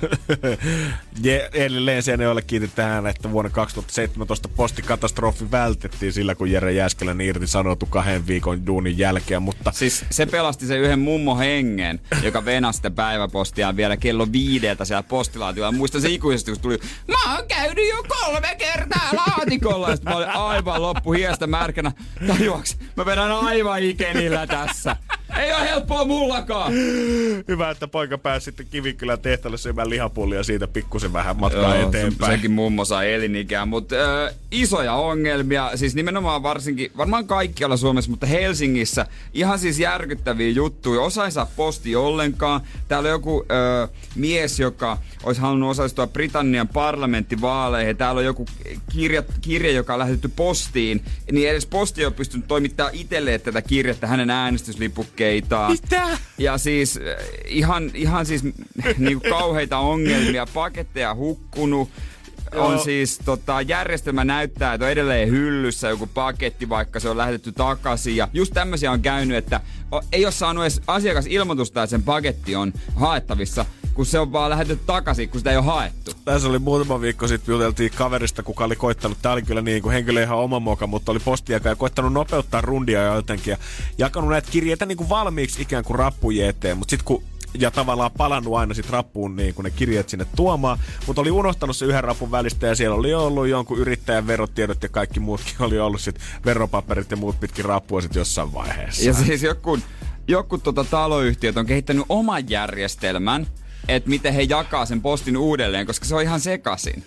Speaker 4: Edelleen sen ei ole kiinni tähän, että vuonna 2017 postikatastrofi vältettiin sillä, kun Jere Jääskelän irtisanoutui 2 viikon duunin jälkeen, mutta...
Speaker 5: Siis se pelasti sen yhden mummon hengen, joka venasi sitä päiväpostiaan vielä kello 5 siellä postilaatiolla. Muistan se ikuisesti, kun tuli, mä oon käynyt jo 3 kertaa laatikolla. Ja sitten mä olin aivan loppu hiestä märkänä. Tajuaks, mä vedän aivan ikenillä tässä. Ei oo helppoa mullakaan.
Speaker 4: Hyvä, että poika pääsi sitten Kivikkylän tehtaalle syömään lihapullia siitä pikkusen vähän matkaa eteenpäin.
Speaker 5: Sekin mummo sai elinikään, mutta isoja ongelmia, siis nimenomaan varsinkin, varmaan kaikkialla Suomessa, mutta Helsingissä ihan siis järkyttäviä juttuja. Osa ei saa postia ollenkaan. Täällä on joku mies, joka olisi halunnut osallistua Britannian parlamenttivaaleihin. Täällä on joku kirja, joka on lähetetty postiin, niin edes posti ei ole pystynyt toimittamaan itselleen tätä kirjettä, hänen äänestyslippukkeitaan.
Speaker 4: Mitä?
Speaker 5: Ja siis ihan siis niinku kauheita ongelmia, paketteja hukkunut. On siis järjestelmä näyttää, että on edelleen hyllyssä joku paketti, vaikka se on lähetetty takaisin. Ja just tämmöisiä on käynyt, että ei ole saanut edes asiakasilmoitusta, että sen paketti on haettavissa, kun se on vaan lähetetty takaisin, kun sitä ei ole haettu.
Speaker 4: Tässä oli muutama viikko sitten, juteltiin kaverista, kuka oli koittanut. Tää oli kyllä niin kuin henkilö ihan oma moka, mutta oli postiaika ja koittanut nopeuttaa rundia ja jotenkin. Ja jakanut näitä kirjeitä niin kuin valmiiksi ikään kuin rappujen eteen, mutta sitten kun ja tavallaan palannut aina sit rappuun niin kun ne kirjeet sinne tuomaan, mutta oli unohtanut se yhden rapun välistä ja siellä oli ollut jonkun yrittäjän verotiedot ja kaikki muutkin oli ollut sit veropaperit ja muut pitkin rappua sit jossain vaiheessa.
Speaker 5: Ja siis joku taloyhtiöt on kehittänyt oman järjestelmän, että miten he jakaa sen postin uudelleen, koska se on ihan sekasin.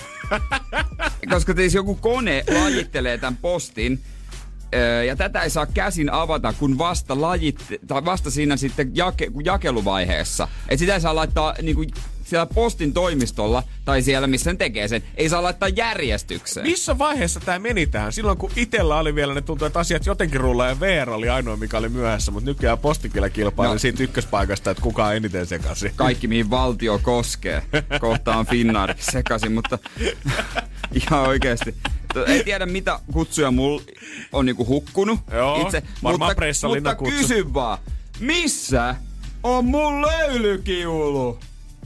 Speaker 5: Koska siis joku kone lajittelee tämän postin, ja tätä ei saa käsin avata, kun vasta siinä sitten jakeluvaiheessa. Et sitä ei saa laittaa niinku siellä postin toimistolla, tai siellä missä ne tekee sen, ei saa laittaa järjestykseen.
Speaker 4: Missä vaiheessa tää meni tähän? Silloin kun itellä oli vielä, ne tuntui, että asiat jotenkin rullaa ja VR oli ainoa, mikä oli myöhässä, mutta nykyään posti kyllä kilpailee siitä ykköspaikasta, että kuka on eniten sekaisin.
Speaker 5: Kaikki mihin valtio koskee. Kohta on Finnair sekaisin, mutta ihan oikeesti. Ei tiedä mitä kutsuja mulla on niinku hukkunut.
Speaker 4: Joo,
Speaker 5: itse,
Speaker 4: mutta
Speaker 5: kysy vaan, missä on mun löylykiulu?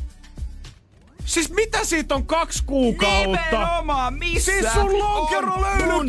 Speaker 4: Siis mitä siitä on 2 kuukautta?
Speaker 5: Nimenomaan, missä
Speaker 4: siis sun lonkero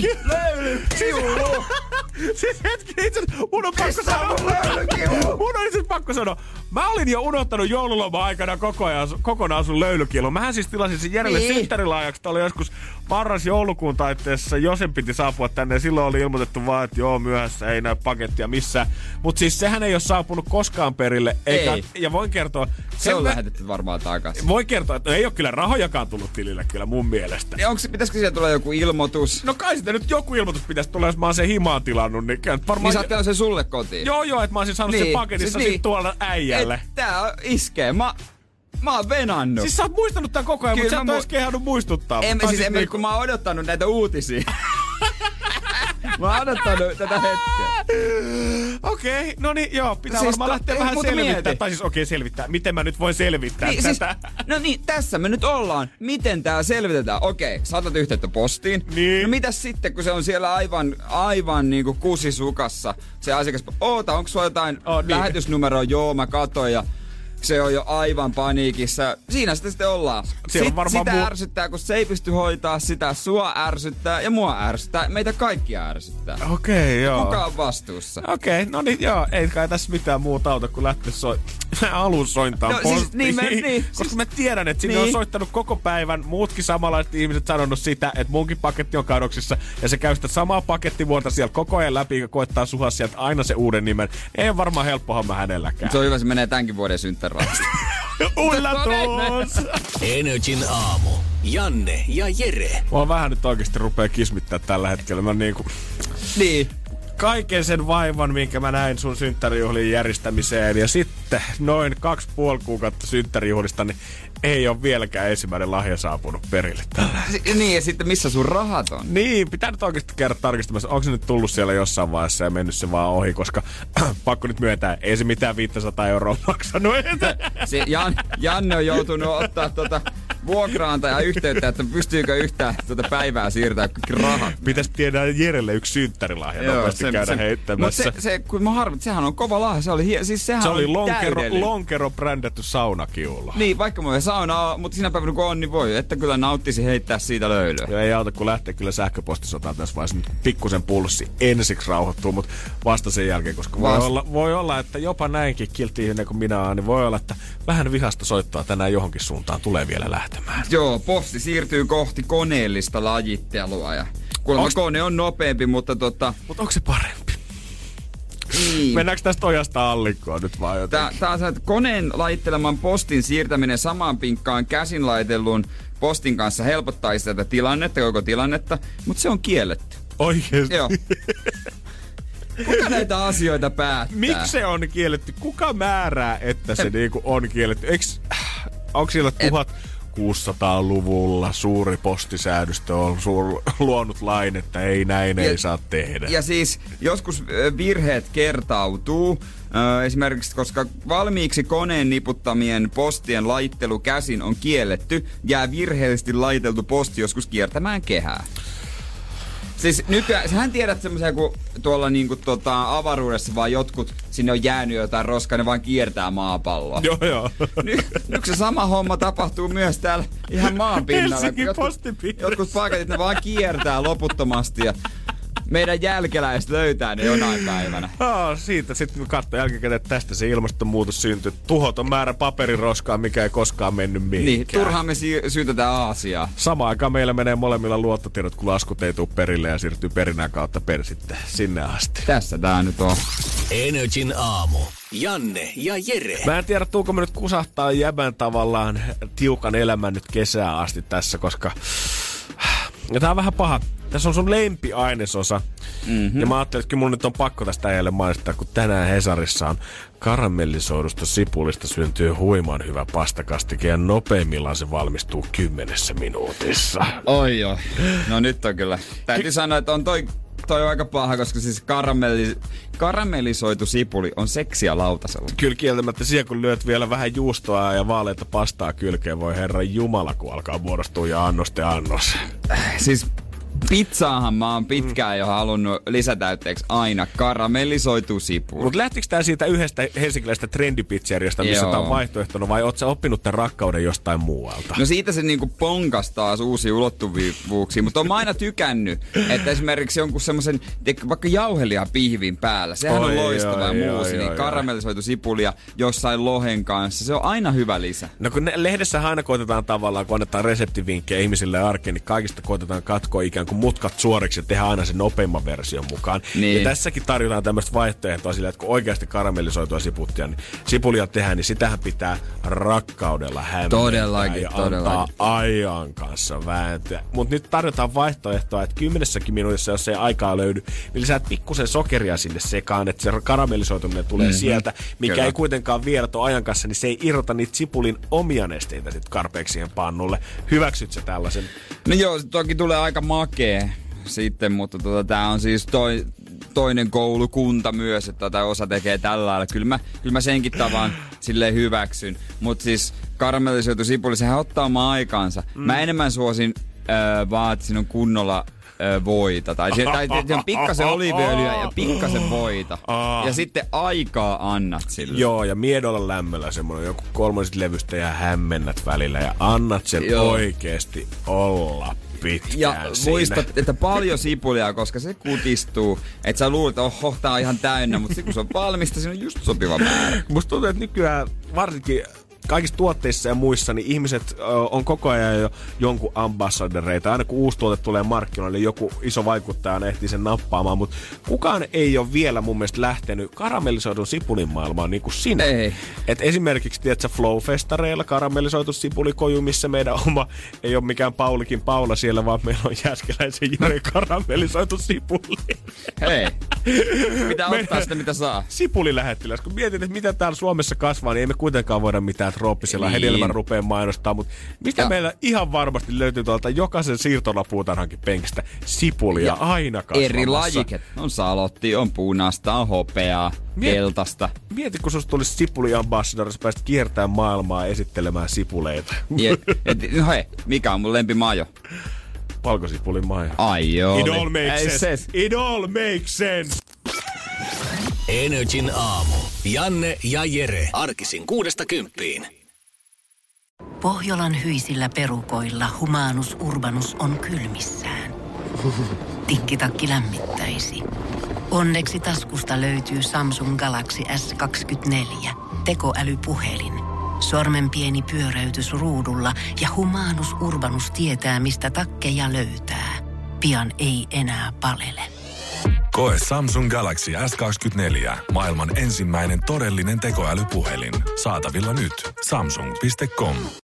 Speaker 5: löylykiulu?
Speaker 4: Siis hetki, itse mun on pakko sanoa. Mun on itse pakko sanoa. Mä olin jo unohtanut joululoma-aikana kokonaan sun löylykiilun. Mähän siis tilasin sen Jerelle synttärilaajaksi. Tää oli joskus marras-joulukuun taitteessa. Josen piti saapua tänne ja silloin oli ilmoitettu vaan, että joo myöhässä ei näy pakettia missään. Mut siis sehän ei oo saapunut koskaan perille.
Speaker 5: Ei.
Speaker 4: Ja voin kertoa.
Speaker 5: Se on lähetetty varmaan takaisin.
Speaker 4: Voin kertoa, että ei oo kyllä rahojakaan tullut tilille kyllä mun mielestä.
Speaker 5: Ja pitäisikö siellä tulla joku ilmoitus?
Speaker 4: No kai sitä nyt joku ilmoitus pitäisi tulla, jos mä oon sen himaan tilannut, niin varmaan...
Speaker 5: Niin sä oot tilannut sen sulle kotiin?
Speaker 4: Joo, että mä olisin saanut sen paketissa sit tuolla äijälle.
Speaker 5: Tää iskee. Mä oon venannut.
Speaker 4: Siis sä oot muistanut tän koko ajan, mutta sä et ois kehannut muistuttaa.
Speaker 5: Kun mä oon odottanut näitä uutisia. Mä oon odottanut tätä hetkeä.
Speaker 4: Okei, no niin, joo, pitää siis varmaan lähteä vähän selvittää. Tai siis selvittää. Miten mä nyt voin selvittää tätä? Siis,
Speaker 5: no niin, tässä me nyt ollaan. Miten tää selvitetään? Okei, saatat yhteyttä postiin.
Speaker 4: Niin.
Speaker 5: No mitäs sitten, kun se on siellä aivan niinku kusisukassa. Se asiakas, onko sulla jotain lähetysnumeroa? Joo, mä katoin ja se on jo aivan paniikissa. Siinä sitten ollaan. Sitä ärsyttää, kun se ei pysty hoitaa sitä. Sua ärsyttää ja mua ärsyttää. Meitä kaikkia ärsyttää.
Speaker 4: Okei, joo.
Speaker 5: Kuka on vastuussa?
Speaker 4: Okei, no niin, joo. Ei kai tässä mitään muuta auta, kun lähteä Mä alun sointaan postiin. Koska mä tiedän, että sinne on soittanut koko päivän muutkin samanlaiset ihmiset sanonut sitä, että munkin paketti on kadoksissa. Ja se käy sitä samaa pakettivuorta siellä koko ajan läpi ja koettaa suhaa sieltä aina se uuden nimen. Ei ole varmaan helppo homma hänelläkään.
Speaker 5: Se on hyvä, se menee tämänkin vuoden synttäristä.
Speaker 4: Ullatus!
Speaker 3: Energin aamu. Janne ja Jere.
Speaker 4: Mä vähän nyt oikeesti rupee kismittää tällä hetkellä. Mä niin. Kaiken sen vaivan, minkä mä näin sun synttärijuhlien järjestämiseen. Ja sitten noin 2,5 kuukautta synttärijuhlista, niin ei ole vieläkään ensimmäinen lahja saapunut perille.
Speaker 5: Niin, ja sitten missä sun rahat on?
Speaker 4: Niin, pitää nyt oikeasti käydä tarkistamassa. Onko se nyt tullut siellä jossain vaiheessa ja mennyt se vaan ohi, koska pakko nyt myöntää, ei se mitään 500 € maksanut.
Speaker 5: Janne on joutunut ottaa vuokraantaja yhteyttä, että pystyykö yhtään päivää siirtää rahat.
Speaker 4: Pitäisi tiedä Jerelle yksi synttärilahja. Nopeasti käydä heittämässä.
Speaker 5: Mutta kun mä harvit, sehän on kova lahja. Se oli, sehän
Speaker 4: se oli
Speaker 5: täydellinen.
Speaker 4: lonkero brändätty saunakiulo.
Speaker 5: Niin, vaikka mulla ei saunaa, mutta sinä päivänä kun on, niin voi, että kyllä nauttisi heittää siitä löylyä.
Speaker 4: Joo, ei auta, kun lähtee kyllä sähköpostisotaan tässä vaiheessa. Nyt pikkusen pulssi ensiksi rauhoittuu, mutta vasta sen jälkeen, koska voi olla, että jopa näinkin kiltti ihminen kuin minä olen, niin voi olla, että vähän vihasta soittaa tänään johonkin suuntaan tulee vielä lähtemään.
Speaker 5: Joo, posti siirtyy kohti koneellista lajittelua ja kuulemma kone on nopeampi, mutta
Speaker 4: Mutta onko se parempi?
Speaker 5: Niin.
Speaker 4: Mennäänkö tästä ojasta allikkoon nyt vaan jotenkin?
Speaker 5: Tää on koneen lajitteleman postin siirtäminen samaan pinkkaan käsin laitellun postin kanssa helpottaisi tätä koko tilannetta, mutta se on kielletty.
Speaker 4: Oikeesti?
Speaker 5: Joo. Kuka näitä asioita päättää?
Speaker 4: Miksi se on kielletty? Kuka määrää, että se niinku on kielletty? Onko siellä 1600-luvulla suuri postisäädöstö on luonut lain, että ei näin ei saa tehdä?
Speaker 5: Ja siis joskus virheet kertautuu. Esimerkiksi koska valmiiksi koneen niputtamien postien laittelu käsin on kielletty, jää virheellisesti laiteltu posti joskus kiertämään kehää. Siis nykyään, sähän tiedät semmoisia, kun tuolla avaruudessa vaan jotkut, sinne on jäänyt jotain roskaa, ne vaan kiertää maapalloa.
Speaker 4: Joo.
Speaker 5: Nyt se sama homma tapahtuu myös täällä ihan maan pinnalla.
Speaker 4: Helsingin postipiirissä.
Speaker 5: Jotkut paikat, ne vaan kiertää loputtomasti ja meidän jälkeläiset löytää ne jonain päivänä.
Speaker 4: Siitä sitten katsoo jälkikäteen, että tästä se ilmastonmuutos syntyy. Tuhoton määrä paperiroskaa, mikä ei koskaan mennyt mihinkään.
Speaker 5: Niin, turhaan me syytetään Aasiaa.
Speaker 4: Samaan aikaan meillä menee molemmilla luottotiedot, kun laskut ei tule perille ja siirtyy perinnän kautta sitten sinne asti.
Speaker 5: Tässä tää nyt on.
Speaker 3: Energin aamu. Janne ja Jere.
Speaker 4: Mä en tiedä, tuuko me nyt kusahtaa jäbän tavallaan tiukan elämän nyt kesään asti tässä, koska ja tää on vähän paha. Tässä on sun lempiainesosa. Mm-hmm. Ja mä ajattelin, että mun nyt on pakko tästä äijälle mainostaa, kun tänään Hesarissa on karamellisoidusta sipulista syntyy huiman hyvä pastakastike ja nopeimmillaan se valmistuu 10 minuutissa.
Speaker 5: Oi. No nyt on kyllä. Täytyy sanoa, että on toi on aika paha, koska siis karamellisoitu sipuli on seksiä lautasella.
Speaker 4: Kyllä kieltämättä siihen, kun lyöt vielä vähän juustoa ja vaaleita pastaa kylkeen, voi herran jumala, kun alkaa muodostua ja annos.
Speaker 5: Siis pizzaahan mä oon pitkään jo halunnut lisätäytteeksi aina karamellisoitu sipuli.
Speaker 4: Mut lähtikö tää siitä yhdestä helsinkiläisestä trendipizzeriasta, missä tää on vaihtoehtona, vai oot sä oppinut tämän rakkauden jostain muualta?
Speaker 5: No siitä se niinku ponkas taas uusia ulottuvuuksia, mutta oon aina tykännyt, että esimerkiksi jonkun semmosen, vaikka jauhelihapihvin päällä, sehän on loistava ja muusi, niin karamellisoitu sipulia jossain lohen kanssa, se on aina hyvä lisä.
Speaker 4: No kun lehdessä aina koitetaan tavallaan, kun annetaan reseptivinkkejä ihmisille arkeen, niin kaikista koitetaan katkoa ikään kuin niin mutkat suoriksi ja tehdään aina sen nopeimman version mukaan.
Speaker 5: Niin.
Speaker 4: Ja tässäkin tarjotaan tämmöistä vaihtoehtoa sillä, että kun oikeasti karamellisoitua sipulia tehdään, niin sitähän pitää rakkaudella hämmentää ja antaa ajan kanssa vääntää. Mutta nyt tarjotaan vaihtoehtoa, että 10 minuutissa, jos ei aikaa löydy, niin lisäät pikkusen sokeria sinne sekaan, että se karamellisoituminen tulee sieltä, mikä Kyllä. ei kuitenkaan vielä tuon ajan kanssa, niin se ei irrota niitä sipulin omia nesteitä sit karpeeksi siihen pannulle. Hyväksyt sä tällaisen?
Speaker 5: No joo, toki tulee aika makee sitten, mutta tää on siis toinen koulukunta myös, että osa tekee tällä lailla. Kyllä mä senkin tavan silleen hyväksyn. Mutta siis karamellisoitu sipuli, sehän ottaa omaa aikaansa. Mä enemmän suosin vaan, että siinä on kunnolla voita. Tai on pikkasen oliiviöljyä ja pikkasen voita. Ja sitten aikaa annat sille.
Speaker 4: Joo, ja miedolla lämmöllä semmoinen joku 3 levystä ja hämmennät välillä ja annat sen oikeesti olla pitkään
Speaker 5: ja muistat, että paljon sipulia, koska se kutistuu. Että sä luulet, että oho, tää on ihan täynnä, mutta sitten kun se on valmista, siinä on just sopiva määrä.
Speaker 4: Musta tuntuu, että nykyään varsinkin kaikissa tuotteissa ja muissa, niin ihmiset on koko ajan jo jonkun ambassadoreita. Aina kun uusi tuote tulee markkinoille, niin joku iso vaikuttaja ehtii sen nappaamaan, mutta kukaan ei ole vielä mun mielestä lähtenyt karamellisoidun sipulin maailmaan niin kuin sinä.
Speaker 5: Ei.
Speaker 4: Et esimerkiksi, tiedätkö, Flow-festareilla karamellisoitu sipulikoju, missä meidän oma ei ole mikään Paulikin Paula siellä, vaan meillä on Jääskeläisen Jari karamellisoitu sipuli.
Speaker 5: Hei, pitää ottaa sitä mitä saa.
Speaker 4: Sipulilähettiläs. Kun mietit, että mitä täällä Suomessa kasvaa, niin ei me kuitenkaan voida mitään trooppisella hedelmän rupeen mainostaa, mutta mistä meillä ihan varmasti löytyy tuolta jokaisen siirtolapuutarhankin penkistä sipulia aina kasvamassa.
Speaker 5: Eri lajiket. On salotti, on punaista, on hopeaa, keltaista.
Speaker 4: Mieti, kun susta tulisi sipuli-ambassador, sä pääsit kiertämään maailmaa esittelemään sipuleita.
Speaker 5: No hei, mikä on mun lempimajo?
Speaker 4: Valkosipulin majo.
Speaker 5: Ai joo.
Speaker 4: It all makes sense. It all makes sense.
Speaker 3: Energin aamu. Janne ja Jere. Arkisin 6–10.
Speaker 1: Pohjolan hyisillä perukoilla Humanus Urbanus on kylmissään. Tikkitakki lämmittäisi. Onneksi taskusta löytyy Samsung Galaxy S24. Tekoälypuhelin. Sormenpieni pyöräytys ruudulla ja Humanus Urbanus tietää, mistä takkeja löytää. Pian ei enää palele.
Speaker 2: Koe Samsung Galaxy S24. Maailman ensimmäinen todellinen tekoälypuhelin. Saatavilla nyt. Samsung.com.